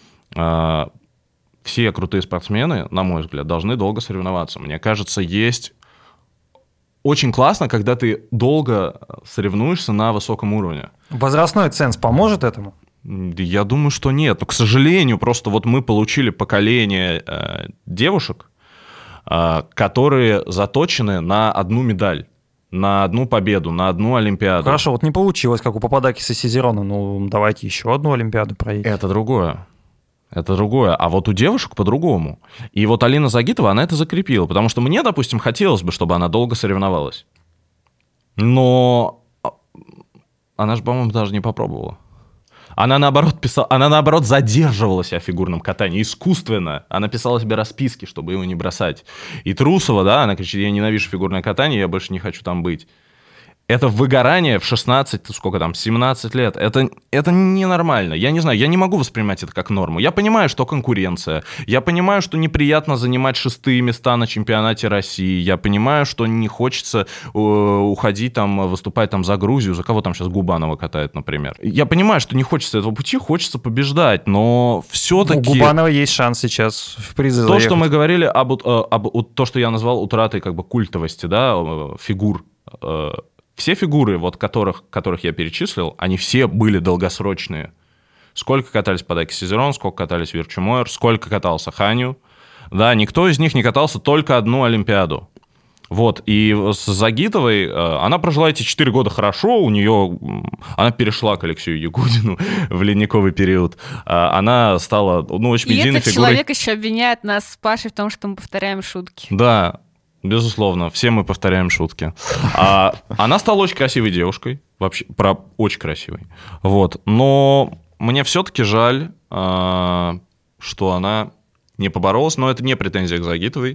Все крутые спортсмены, на мой взгляд, должны долго соревноваться. Мне кажется, есть... Очень классно, когда ты долго соревнуешься на высоком уровне. Возрастной ценз поможет этому? Я думаю, что нет. Но, к сожалению, просто вот мы получили поколение девушек, которые заточены на одну медаль, на одну победу, на одну Олимпиаду. Хорошо, вот не получилось, как у Пападакиса и Сизерона. Давайте еще одну Олимпиаду проедем. Это другое. А вот у девушек по-другому. И вот Алина Загитова, она это закрепила. Потому что мне, допустим, хотелось бы, чтобы она долго соревновалась. Но она же, по-моему, даже не попробовала. Она наоборот задерживалась о фигурном катании искусственно. Она писала себе расписки, чтобы его не бросать. И Трусова, да, она кричит: я ненавижу фигурное катание, я больше не хочу там быть. Это выгорание в 17 лет. Это ненормально. Я не знаю, я не могу воспринимать это как норму. Я понимаю, что конкуренция. Я понимаю, что неприятно занимать 6-е места на чемпионате России. Я понимаю, что не хочется уходить там, выступать там за Грузию. За кого там сейчас Губанова катает, например. Я понимаю, что не хочется этого пути, хочется побеждать. Но все-таки... У Губанова есть шанс сейчас в призы заехать. То, что мы говорили то, что я назвал утратой как бы культовости, да, фигур. Все фигуры, вот которых я перечислил, они все были долгосрочные. Сколько катались Падаки Сизерон, сколько катались Вирчу Мойер, сколько катался Ханю. Да, никто из них не катался только одну Олимпиаду. Вот, и с Загитовой она прожила эти 4 года хорошо, она перешла к Алексею Ягудину в ледниковый период. Она стала, очень медийной этот фигурой. Человек еще обвиняет нас с Пашей в том, что мы повторяем шутки. Да, безусловно, все мы повторяем шутки. Она стала очень красивой девушкой, вообще, очень красивой. Вот, но мне все-таки жаль, что она не поборолась, но это не претензия к Загитовой.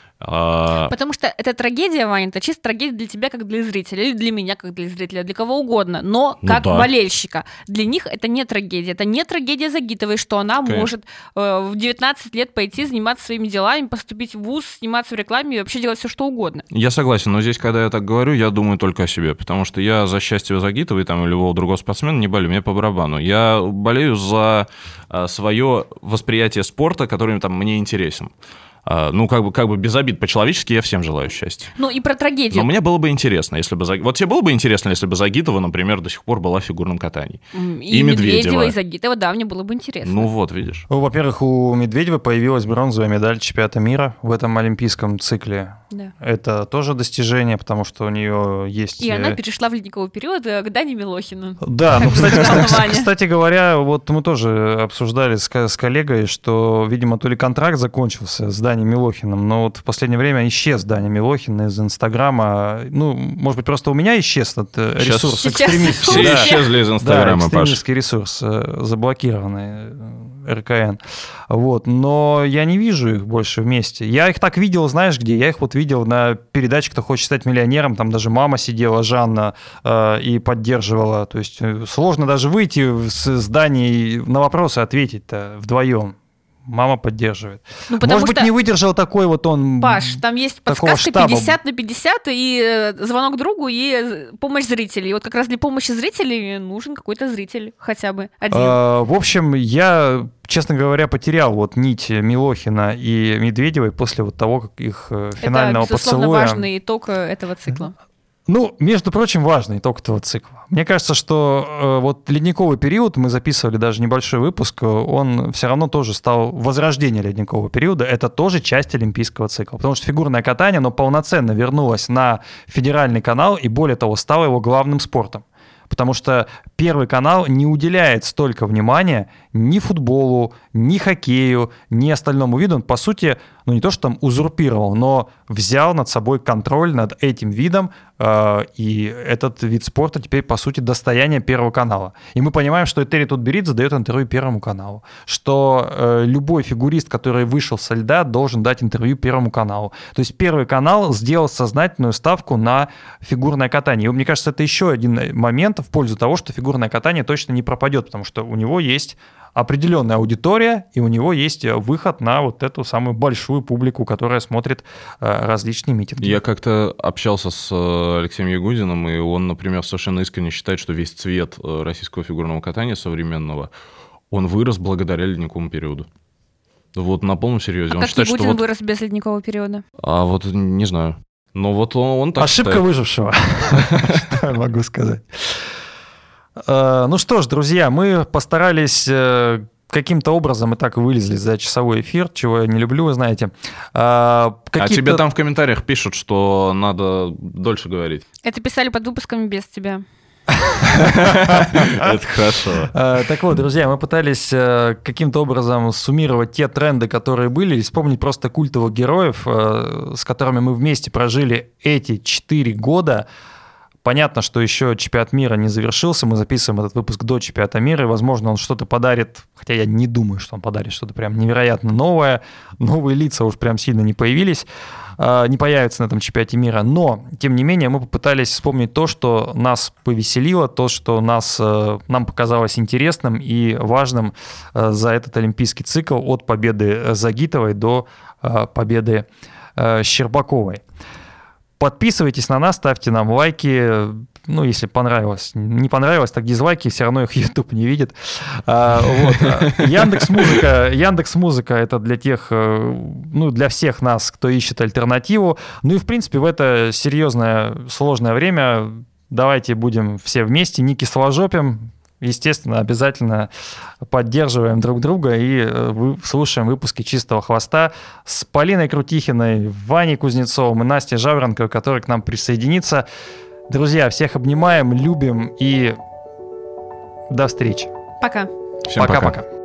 Потому что это трагедия, Ваня, это чисто трагедия для тебя, как для зрителя, или для меня, как для зрителя, для кого угодно, но как болельщика. Для них это не трагедия. Это не трагедия Загитовой, что она может в 19 лет пойти заниматься своими делами, поступить в вуз, сниматься в рекламе и вообще делать все, что угодно. Я согласен, но здесь, когда я так говорю, я думаю только о себе, потому что я за счастье Загитовой или любого другого спортсмена не болею, мне по барабану. Я болею за свое восприятие спорта, который мне интересен. Как бы без обид, по-человечески я всем желаю счастья. И про трагедию. Но мне было бы интересно, если бы... Вот тебе было бы интересно, если бы Загитова, например, до сих пор была в фигурном катании. И Медведева, и Загитова, да, мне было бы интересно. Видишь. Во-первых, у Медведевой появилась бронзовая медаль чемпионата мира в этом олимпийском цикле. Да. Это тоже достижение, потому что у нее есть... И она перешла в ледниковый период к Дане Милохину. Да, кстати говоря, вот мы тоже обсуждали с коллегой, что, видимо, то ли контракт закончился с Даней Милохиным, но вот в последнее время исчез Даня Милохин из Инстаграма. Может быть, просто у меня исчез этот ресурс экстремистский. Все исчезли из Инстаграма, Паш. Экстремистский ресурс, заблокированный РКН. Вот. Но я не вижу их больше вместе. Я их так видел, знаешь где? Я их видел на передаче «Кто хочет стать миллионером». Там даже мама сидела, Жанна, и поддерживала. То есть сложно даже выйти с зданий на вопросы ответить-то вдвоем. Мама поддерживает. Может быть, не выдержал такой он... Паш, там есть подсказка 50/50, и звонок другу, и помощь зрителей. И вот как раз для помощи зрителей нужен какой-то зритель хотя бы один. В общем, я, честно говоря, потерял нить Милохина и Медведевой после того, как их финального поцелуя... Это, безусловно, важный итог этого цикла. Между прочим, важный итог этого цикла. Мне кажется, что ледниковый период, мы записывали даже небольшой выпуск, он все равно тоже стал возрождением ледникового периода. Это тоже часть олимпийского цикла. Потому что фигурное катание, оно полноценно вернулось на федеральный канал и, более того, стало его главным спортом. Потому что Первый канал не уделяет столько внимания ни футболу, ни хоккею, ни остальному виду. Он, по сути, не то что там узурпировал, но взял над собой контроль над этим видом, и этот вид спорта теперь, по сути, достояние Первого канала. И мы понимаем, что Этери Тутберидзе дает интервью Первому каналу, что любой фигурист, который вышел со льда, должен дать интервью Первому каналу. То есть Первый канал сделал сознательную ставку на фигурное катание. И мне кажется, это еще один момент в пользу того, что фигурное катание точно не пропадет, потому что у него есть определенная аудитория, и у него есть выход на эту самую большую публику, которая смотрит различные митинги. Я как-то общался с Алексеем Ягудиным, и он, например, совершенно искренне считает, что весь цвет российского фигурного катания современного, он вырос благодаря ледниковому периоду. На полном серьезе. А он как считает, Ягудин вырос без ледникового периода? Не знаю. Но он так Ошибка считает. Выжившего, что я могу сказать. Ну что ж, друзья, мы постарались каким-то образом и так вылезли за часовой эфир, чего я не люблю, вы знаете. А тебе там в комментариях пишут, что надо дольше говорить. Это писали под выпусками без тебя. Это хорошо. Так вот, друзья, мы пытались каким-то образом суммировать те тренды, которые были, и вспомнить просто культовых героев, с которыми мы вместе прожили эти 4 года. Понятно, что еще чемпионат мира не завершился, мы записываем этот выпуск до чемпионата мира, и, возможно, он что-то подарит, хотя я не думаю, что он подарит что-то прям невероятно новое, новые лица уж прям сильно не появились, не появятся на этом чемпионате мира, но, тем не менее, мы попытались вспомнить то, что нас повеселило, то, что нам показалось интересным и важным за этот олимпийский цикл от победы Загитовой до победы Щербаковой. Подписывайтесь на нас, ставьте нам лайки, если понравилось. Не понравилось, так дизлайки, все равно их YouTube не видит. Яндекс.Музыка это для тех, для всех нас, кто ищет альтернативу. И, в принципе, в это серьезное, сложное время давайте будем все вместе, не кисложопим, естественно, обязательно поддерживаем друг друга и слушаем выпуски «Чистого хвоста» с Полиной Крутихиной, Ваней Кузнецовым и Настей Жаворонковой, которая к нам присоединится. Друзья, всех обнимаем, любим и до встречи. Пока. Всем пока. Пока-пока.